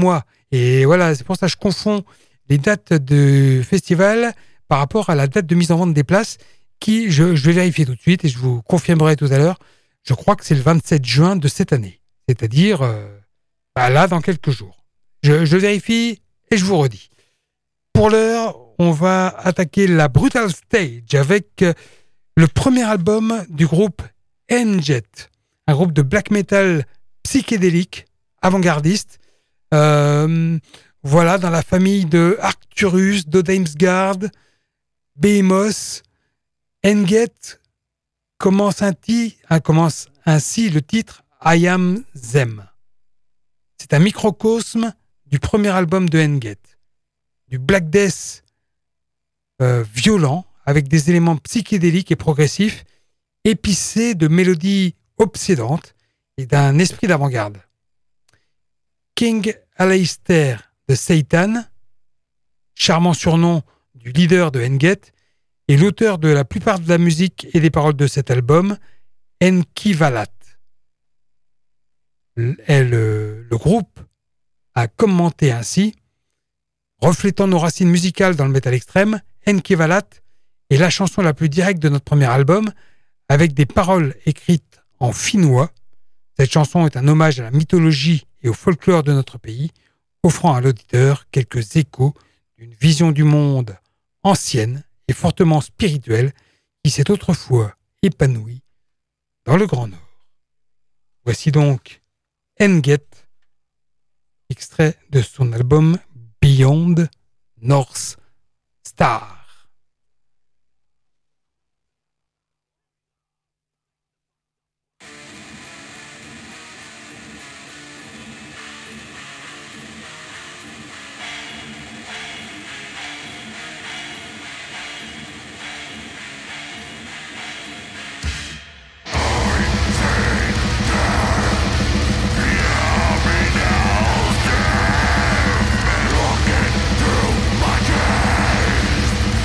Et voilà, c'est pour ça que je confonds les dates de festival par rapport à la date de mise en vente des places qui, je, je vais vérifier tout de suite et je vous confirmerai tout à l'heure. Je crois que c'est le vingt-sept juin de cette année, c'est-à-dire euh, bah là, dans quelques jours. Je, je vérifie et je vous redis. Pour l'heure, on va attaquer la Brutal Stage avec euh, le premier album du groupe N-Jet, un groupe de black metal psychédélique, avant-gardiste. Euh, voilà, dans la famille de Arcturus, d'Odheimsgard, Behemoth, N-Jet commence, un ti- hein, commence ainsi le titre I Am Them. C'est un microcosme du premier album de N-Jet, du Black Death euh, violent, avec des éléments psychédéliques et progressifs, épicés de mélodies obsédantes et d'un esprit d'avant-garde. King Aleister de Satan, charmant surnom du leader de N-Jet, est l'auteur de la plupart de la musique et des paroles de cet album, Enkivalat. Le, le, le groupe a commenté ainsi: reflétant nos racines musicales dans le métal extrême, Enkivalat est la chanson la plus directe de notre premier album, avec des paroles écrites en finnois. Cette chanson est un hommage à la mythologie et au folklore de notre pays, offrant à l'auditeur quelques échos d'une vision du monde ancienne et fortement spirituelle qui s'est autrefois épanouie dans le Grand Nord. Voici donc N-Jet, extrait de son album Beyond North Star. Looking through my dreams,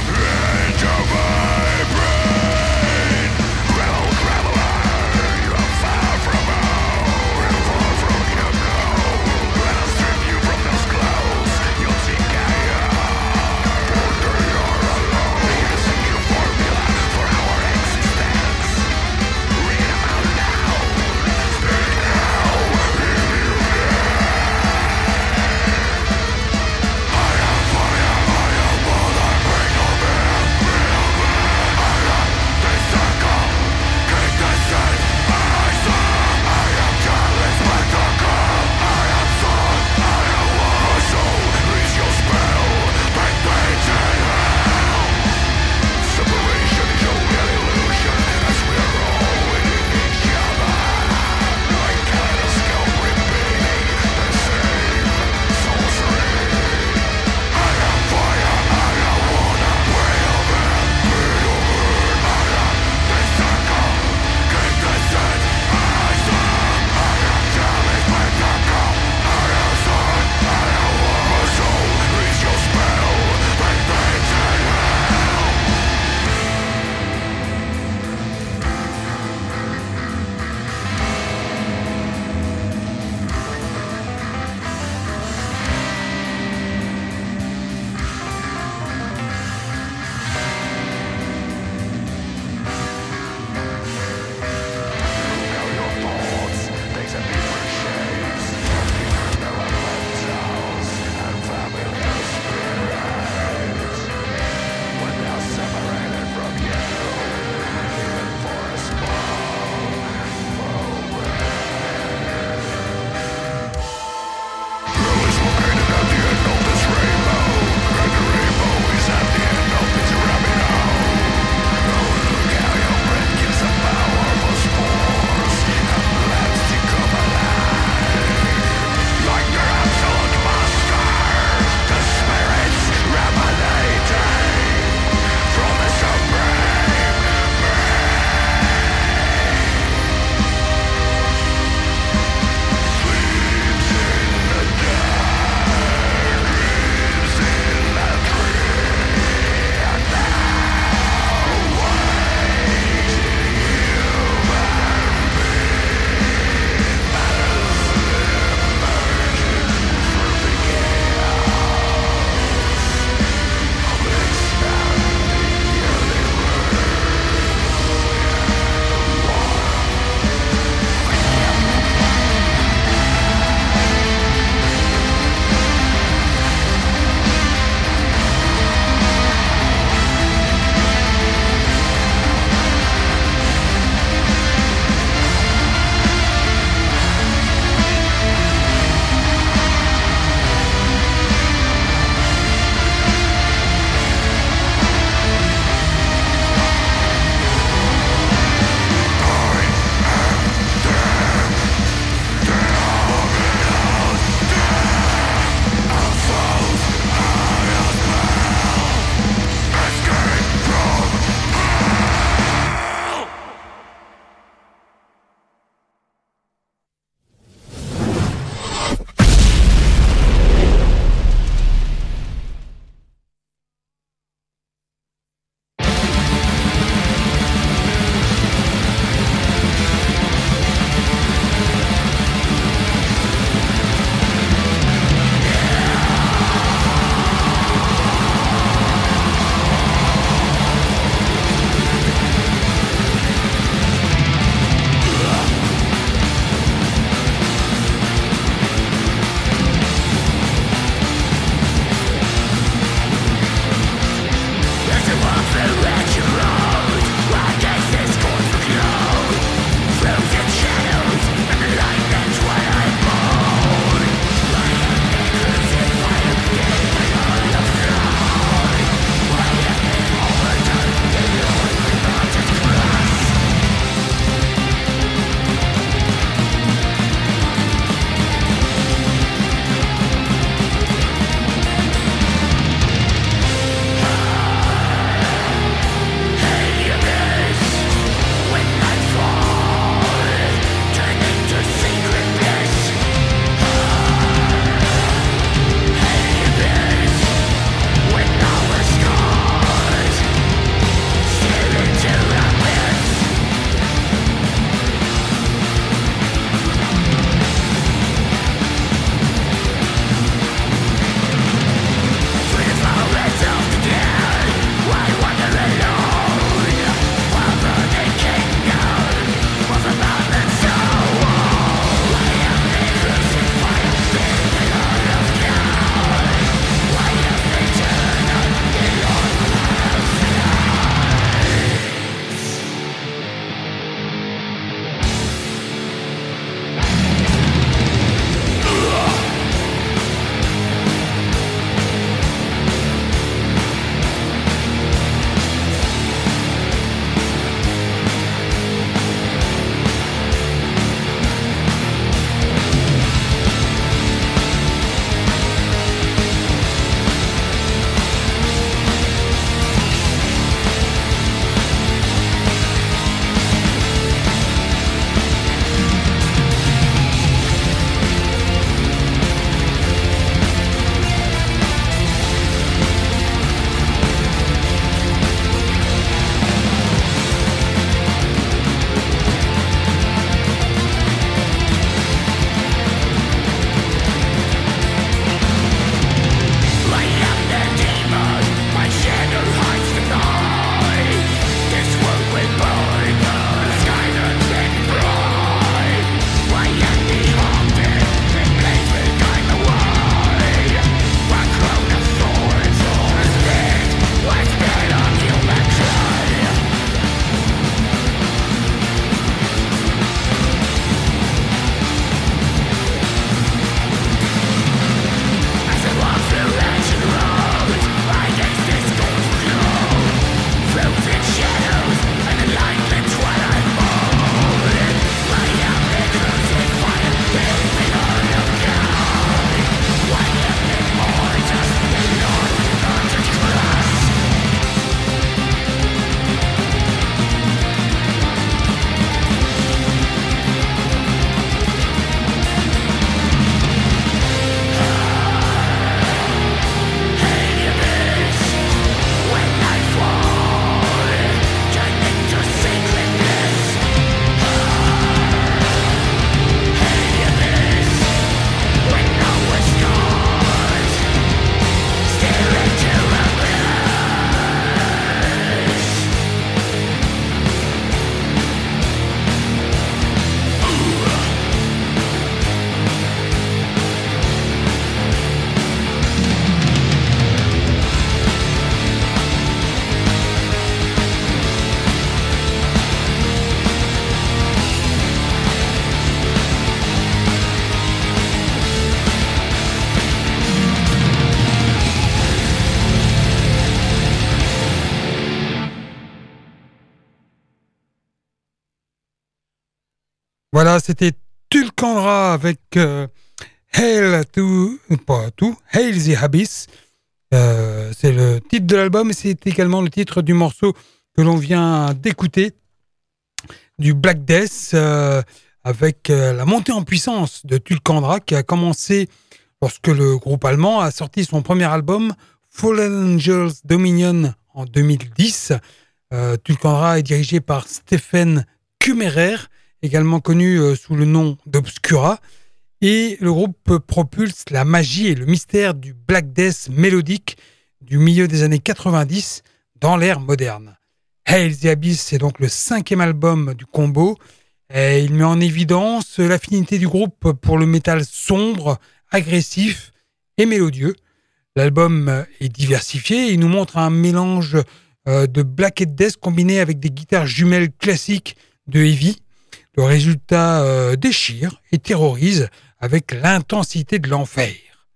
Voilà, c'était Tulcandra avec euh, Hail to... pas tout, Hail the Abyss. Euh, c'est le titre de l'album et c'est également le titre du morceau que l'on vient d'écouter, du Black Death, euh, avec euh, la montée en puissance de Tulcandra qui a commencé lorsque le groupe allemand a sorti son premier album Fallen Angels Dominion en deux mille dix. Euh, Tulcandra est dirigé par Stephen Kummerer, également connu euh, sous le nom d'Obscura, et le groupe propulse la magie et le mystère du Black Death mélodique du milieu des années quatre-vingt-dix dans l'ère moderne. Hail the Abyss, c'est donc le cinquième album du combo, et il met en évidence l'affinité du groupe pour le métal sombre, agressif et mélodieux. L'album est diversifié, il nous montre un mélange euh, de black et death combiné avec des guitares jumelles classiques de heavy. Le résultat euh, déchire et terrorise avec l'intensité de l'enfer.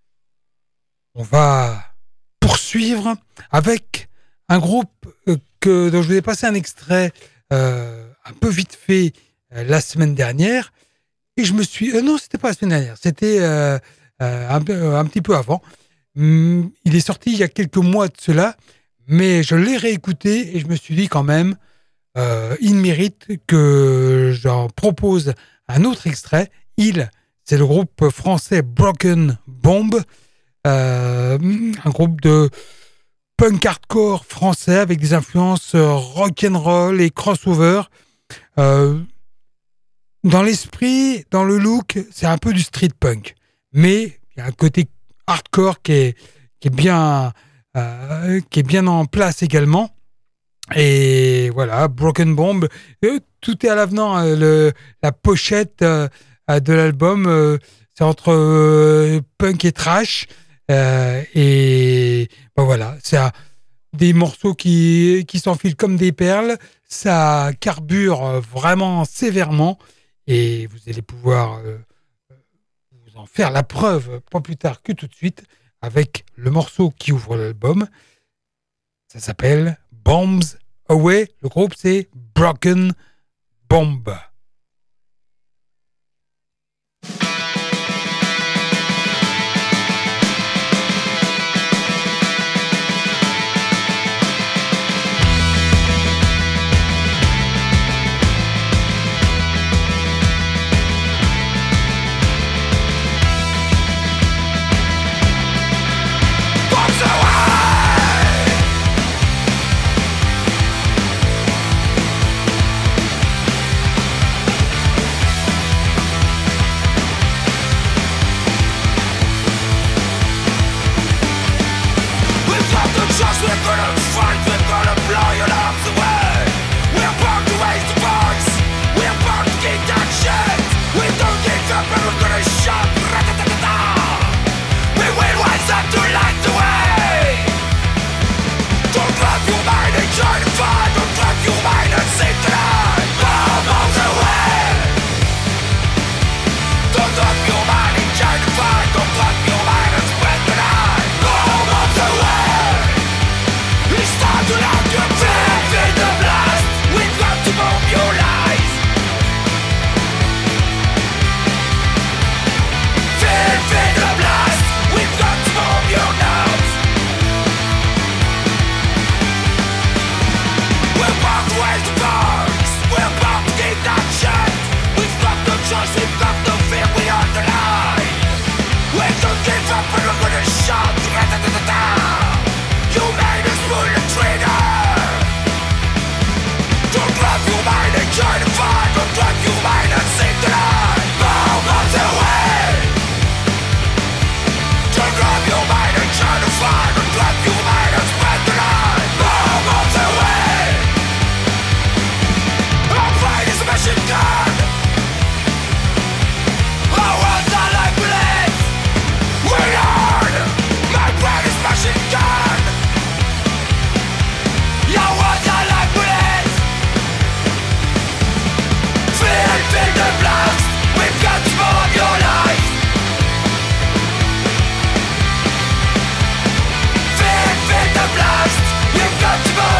On va poursuivre avec un groupe euh, que, dont je vous ai passé un extrait euh, un peu vite fait euh, la semaine dernière. Et je me suis... Euh, non, c'était pas la semaine dernière, c'était euh, euh, un, un petit peu avant. Hum, il est sorti il y a quelques mois de cela, mais je l'ai réécouté et je me suis dit quand même, euh, il mérite que j'en propose un autre extrait. Il, c'est le groupe français Broken Bomb, euh, un groupe de punk hardcore français avec des influences rock'n'roll et crossover. Euh, dans l'esprit, dans le look, c'est un peu du street punk, mais il y a un côté hardcore qui est, qui est bien, euh, qui est bien en place également. Et voilà, Broken Bomb, euh, tout est à l'avenant. Hein, le, la pochette euh, de l'album, euh, c'est entre euh, punk et trash. Euh, et ben voilà, c'est un, des morceaux qui, qui s'enfilent comme des perles. Ça carbure vraiment sévèrement. Et vous allez pouvoir euh, vous en faire la preuve, pas plus tard que tout de suite, avec le morceau qui ouvre l'album. Ça s'appelle Bombs Away. Le groupe, c'est Broken Bomb.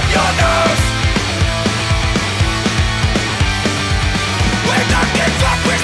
Fuck with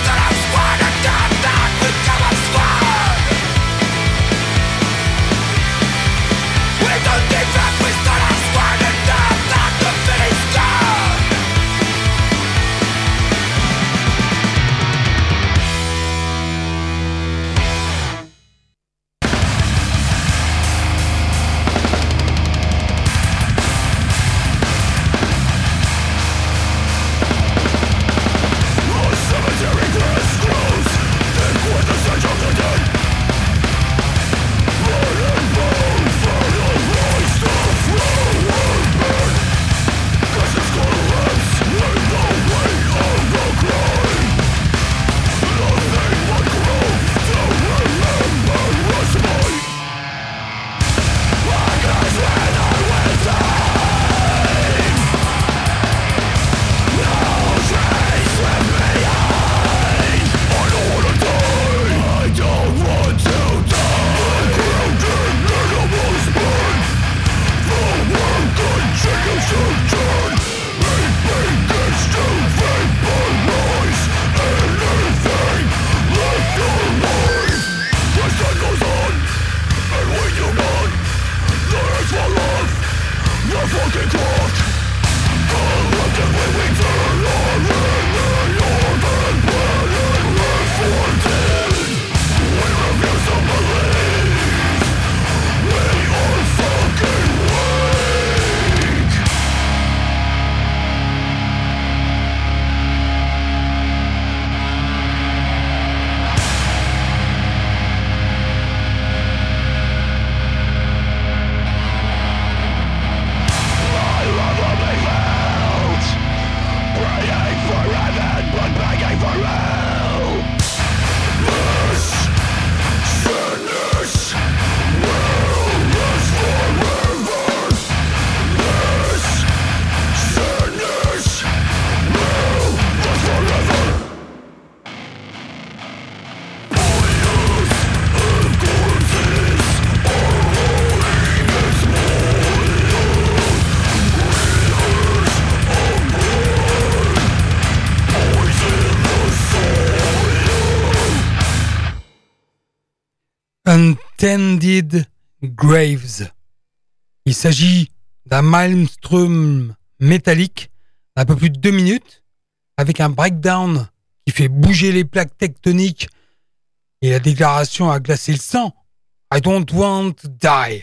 Untended Graves. Il s'agit d'un maelstrom métallique d'un peu plus de deux minutes avec un breakdown qui fait bouger les plaques tectoniques et la déclaration à glacer le sang. I don't want to die.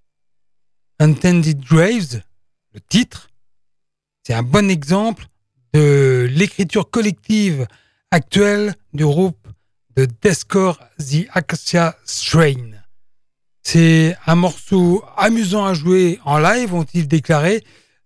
Untended Graves, le titre, c'est un bon exemple de l'écriture collective actuelle du groupe de deathcore The Acacia Strain. C'est un morceau amusant à jouer en live, ont-ils déclaré.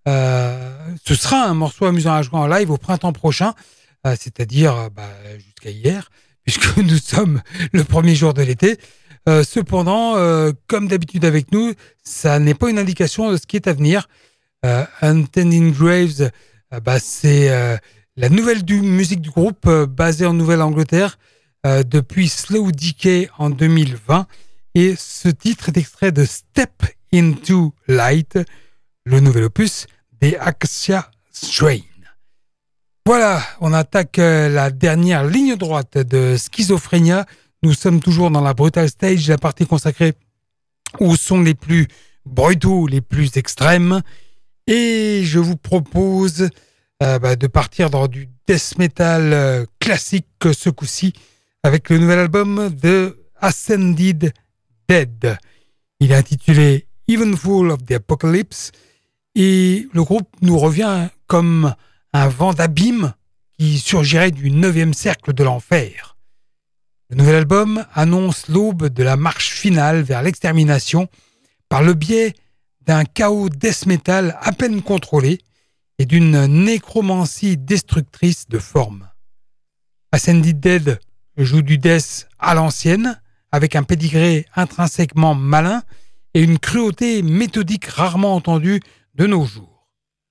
Euh, ce sera un morceau amusant à jouer en live au printemps prochain, euh, c'est-à-dire bah, jusqu'à hier, puisque nous sommes le premier jour de l'été. Euh, cependant, euh, comme d'habitude avec nous, ça n'est pas une indication de ce qui est à venir. Euh, Untended Graves, euh, bah, c'est euh, la nouvelle du, musique du groupe euh, basée en Nouvelle-Angleterre euh, depuis Slow Decay en deux mille vingt. Et ce titre est extrait de Step Into Light, le nouvel opus des Acacia Strain. Voilà, on attaque euh, la dernière ligne droite de Schizophrénia. Nous sommes toujours dans la Brutal Stage, la partie consacrée aux sons les plus brutaux, les plus extrêmes. Et je vous propose euh, bah, de partir dans du death metal euh, classique ce coup-ci avec le nouvel album de Ascended Dead. Il est intitulé Evenful of the Apocalypse et le groupe nous revient comme un vent d'abîme qui surgirait du neuvième cercle de l'enfer. Le nouvel album annonce l'aube de la marche finale vers l'extermination par le biais d'un chaos death metal à peine contrôlé et d'une nécromancie destructrice de forme. Ascended Dead joue du death à l'ancienne, avec un pédigré intrinsèquement malin et une cruauté méthodique rarement entendue de nos jours.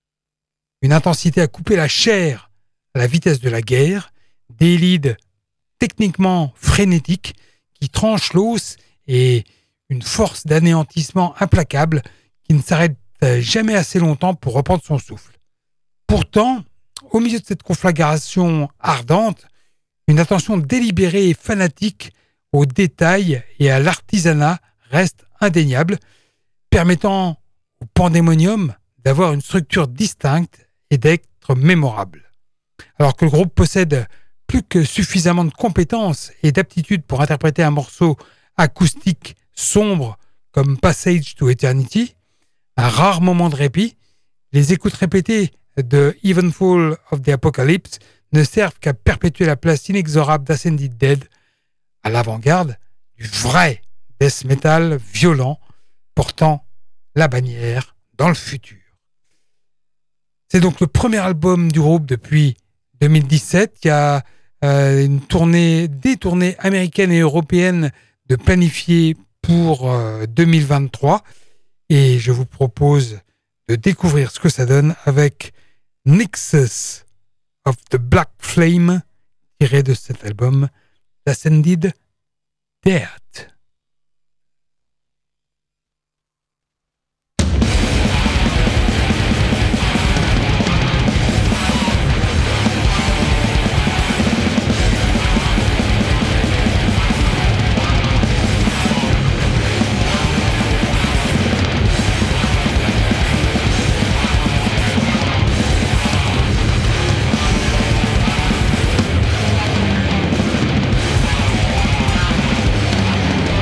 Une intensité à couper la chair à la vitesse de la guerre, des leads techniquement frénétiques qui tranchent l'os et une force d'anéantissement implacable qui ne s'arrête jamais assez longtemps pour reprendre son souffle. Pourtant, au milieu de cette conflagration ardente, une attention délibérée et fanatique aux détails et à l'artisanat reste indéniable, permettant au pandémonium d'avoir une structure distincte et d'être mémorable. Alors que le groupe possède plus que suffisamment de compétences et d'aptitudes pour interpréter un morceau acoustique sombre comme Passage to Eternity, un rare moment de répit, les écoutes répétées de Evenful of the Apocalypse ne servent qu'à perpétuer la place inexorable d'Ascended Dead à l'avant-garde du vrai death metal violent portant la bannière dans le futur. C'est donc le premier album du groupe depuis deux mille dix-sept. Il y a euh, une tournée, des tournées américaines et européennes de planifier pour euh, deux mille vingt-trois. Et je vous propose de découvrir ce que ça donne avec Nexus of the Black Flame, tiré de cet album d'Ascended Dead. We'll be right back.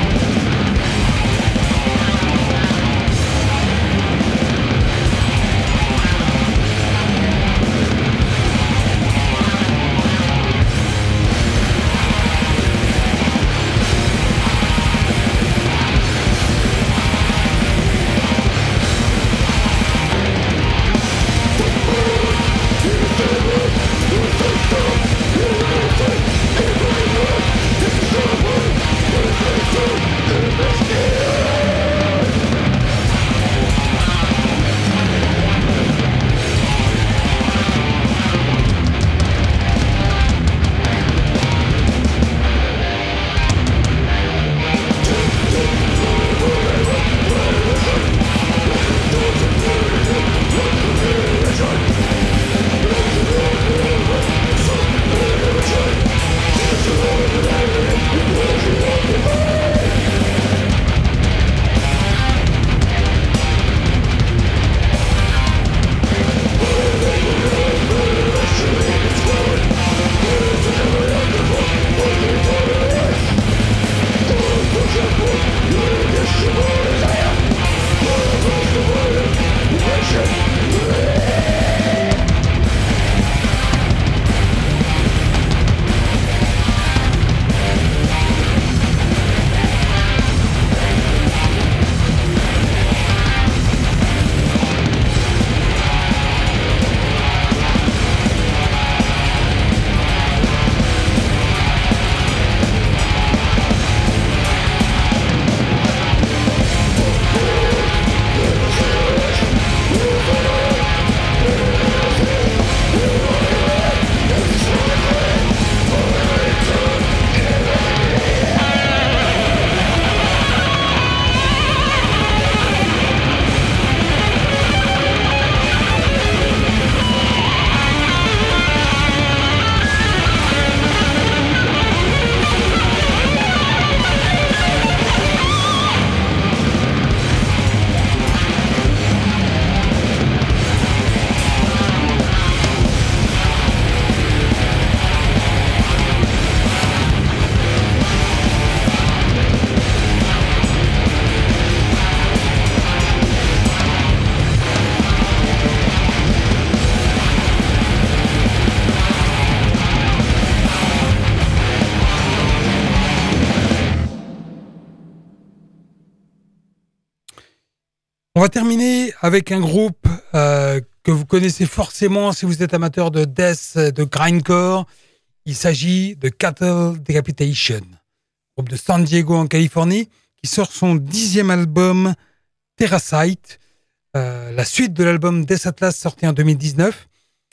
On va terminer avec un groupe euh, que vous connaissez forcément si vous êtes amateur de death, de grindcore. Il s'agit de Cattle Decapitation, groupe de San Diego en Californie, qui sort son dixième album Terrasite, euh, la suite de l'album Death Atlas sorti en deux mille dix-neuf,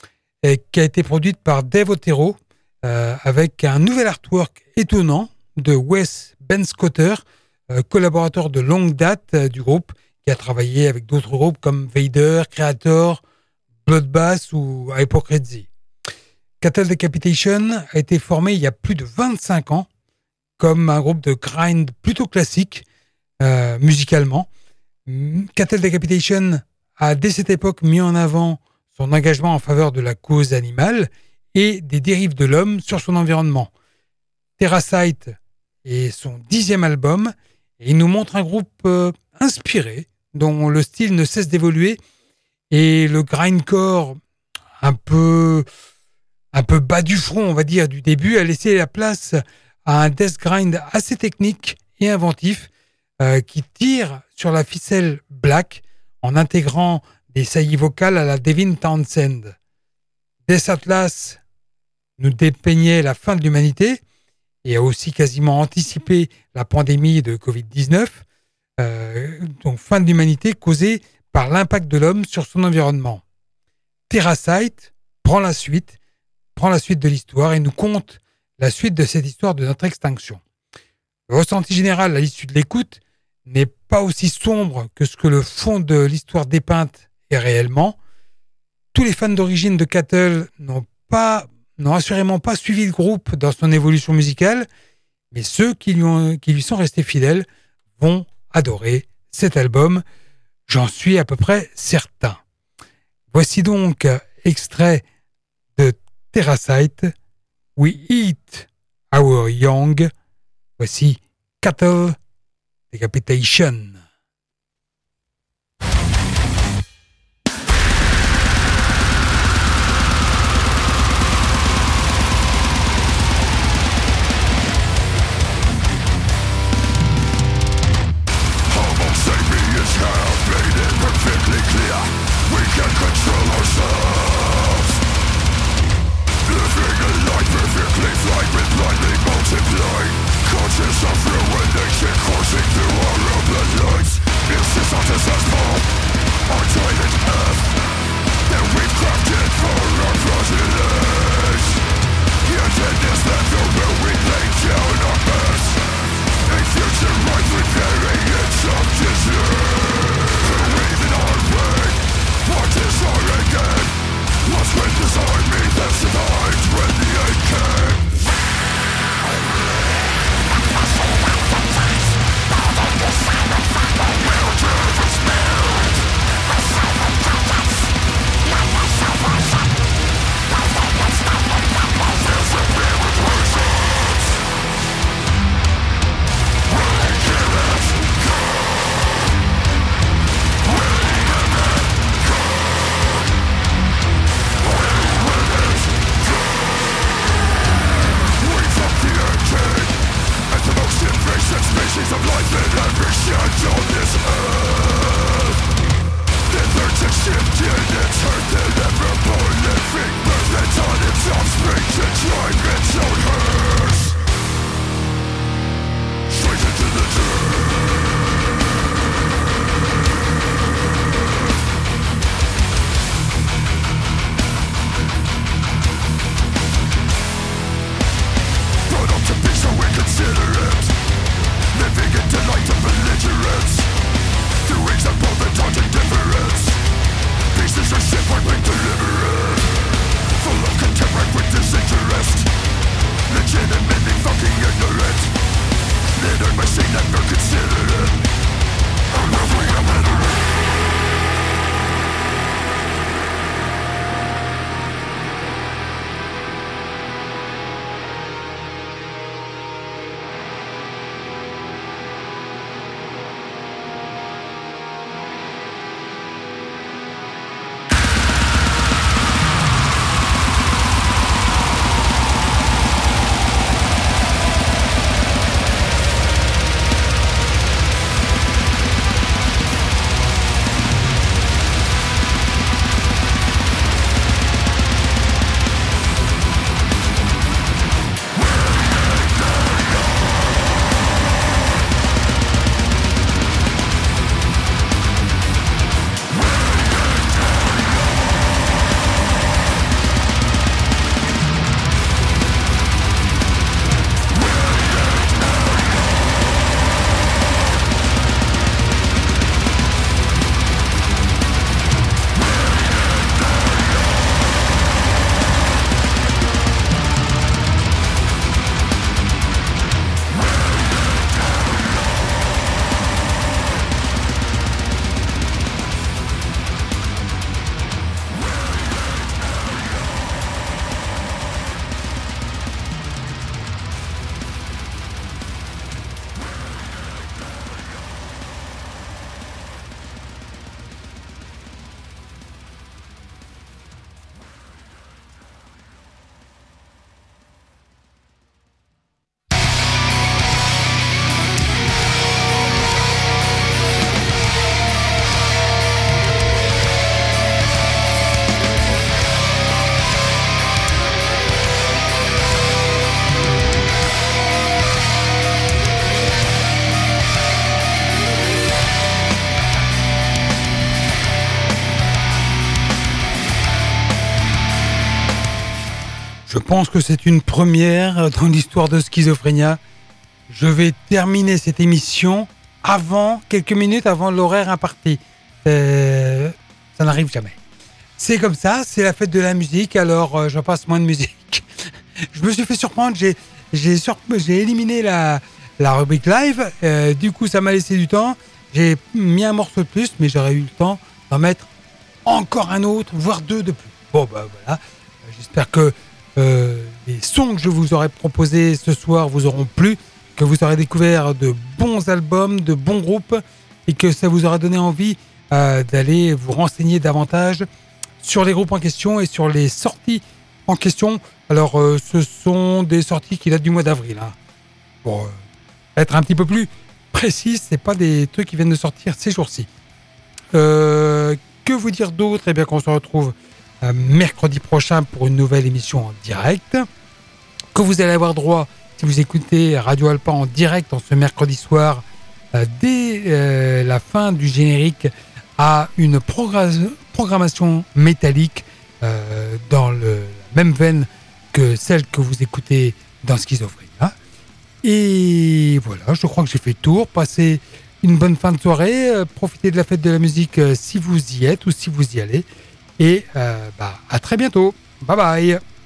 et qui a été produite par Dave Otero, euh, avec un nouvel artwork étonnant de Wes Benscoter, euh, collaborateur de longue date euh, du groupe, qui a travaillé avec d'autres groupes comme Vader, Creator, Bloodbath ou Hypocrisy. Cattle Decapitation a été formé il y a plus de vingt-cinq ans comme un groupe de grind plutôt classique euh, musicalement. Cattle Decapitation a dès cette époque mis en avant son engagement en faveur de la cause animale et des dérives de l'homme sur son environnement. Terrasite est son dixième album et il nous montre un groupe euh, inspiré, dont le style ne cesse d'évoluer et le grindcore un peu, un peu bas du front, on va dire, du début, a laissé la place à un death grind assez technique et inventif euh, qui tire sur la ficelle black en intégrant des saillies vocales à la Devin Townsend. Death Atlas nous dépeignait la fin de l'humanité et a aussi quasiment anticipé la pandémie de covid dix-neuf, euh, donc fin de l'humanité causée par l'impact de l'homme sur son environnement. Terrasite prend la suite, prend la suite de l'histoire et nous conte la suite de cette histoire de notre extinction. Le ressenti général à l'issue de l'écoute n'est pas aussi sombre que ce que le fond de l'histoire dépeinte est réellement. Tous les fans d'origine de Cattle n'ont pas, n'ont assurément pas suivi le groupe dans son évolution musicale, mais ceux qui lui, ont, qui lui sont restés fidèles vont adorer cet album. J'en suis à peu près certain. Voici donc extrait de Terrasite, We Eat Our Young. Voici Cattle Decapitation. je pense que c'est une première dans l'histoire de Schizophrénia. Je vais terminer cette émission avant, quelques minutes avant l'horaire imparti. Euh, ça n'arrive jamais. C'est comme ça, c'est la fête de la musique, alors euh, je passe moins de musique. Je me suis fait surprendre, j'ai, j'ai, sur, j'ai éliminé la, la rubrique live, euh, du coup ça m'a laissé du temps. J'ai mis un morceau de plus, mais j'aurais eu le temps d'en mettre encore un autre, voire deux de plus. Bon, bah voilà, j'espère que euh, les sons que je vous aurais proposés ce soir vous auront plu, que vous aurez découvert de bons albums, de bons groupes, et que ça vous aura donné envie euh, d'aller vous renseigner davantage sur les groupes en question et sur les sorties en question. Alors, euh, ce sont des sorties qui datent du mois d'avril. Hein. Pour euh, être un petit peu plus précis, c'est pas des trucs qui viennent de sortir ces jours-ci. Euh, que vous dire d'autre ? Eh bien, qu'on se retrouve euh, mercredi prochain pour une nouvelle émission en direct. Que vous allez avoir droit, si vous écoutez Radio Alpa en direct en ce mercredi soir, euh, dès euh, la fin du générique, à une progra- programmation métallique euh, dans le, la même veine que celle que vous écoutez dans Schizophrénia. Et voilà, je crois que j'ai fait le tour. Passez une bonne fin de soirée, euh, profitez de la fête de la musique euh, si vous y êtes ou si vous y allez. Et euh, bah, à très bientôt. Bye bye.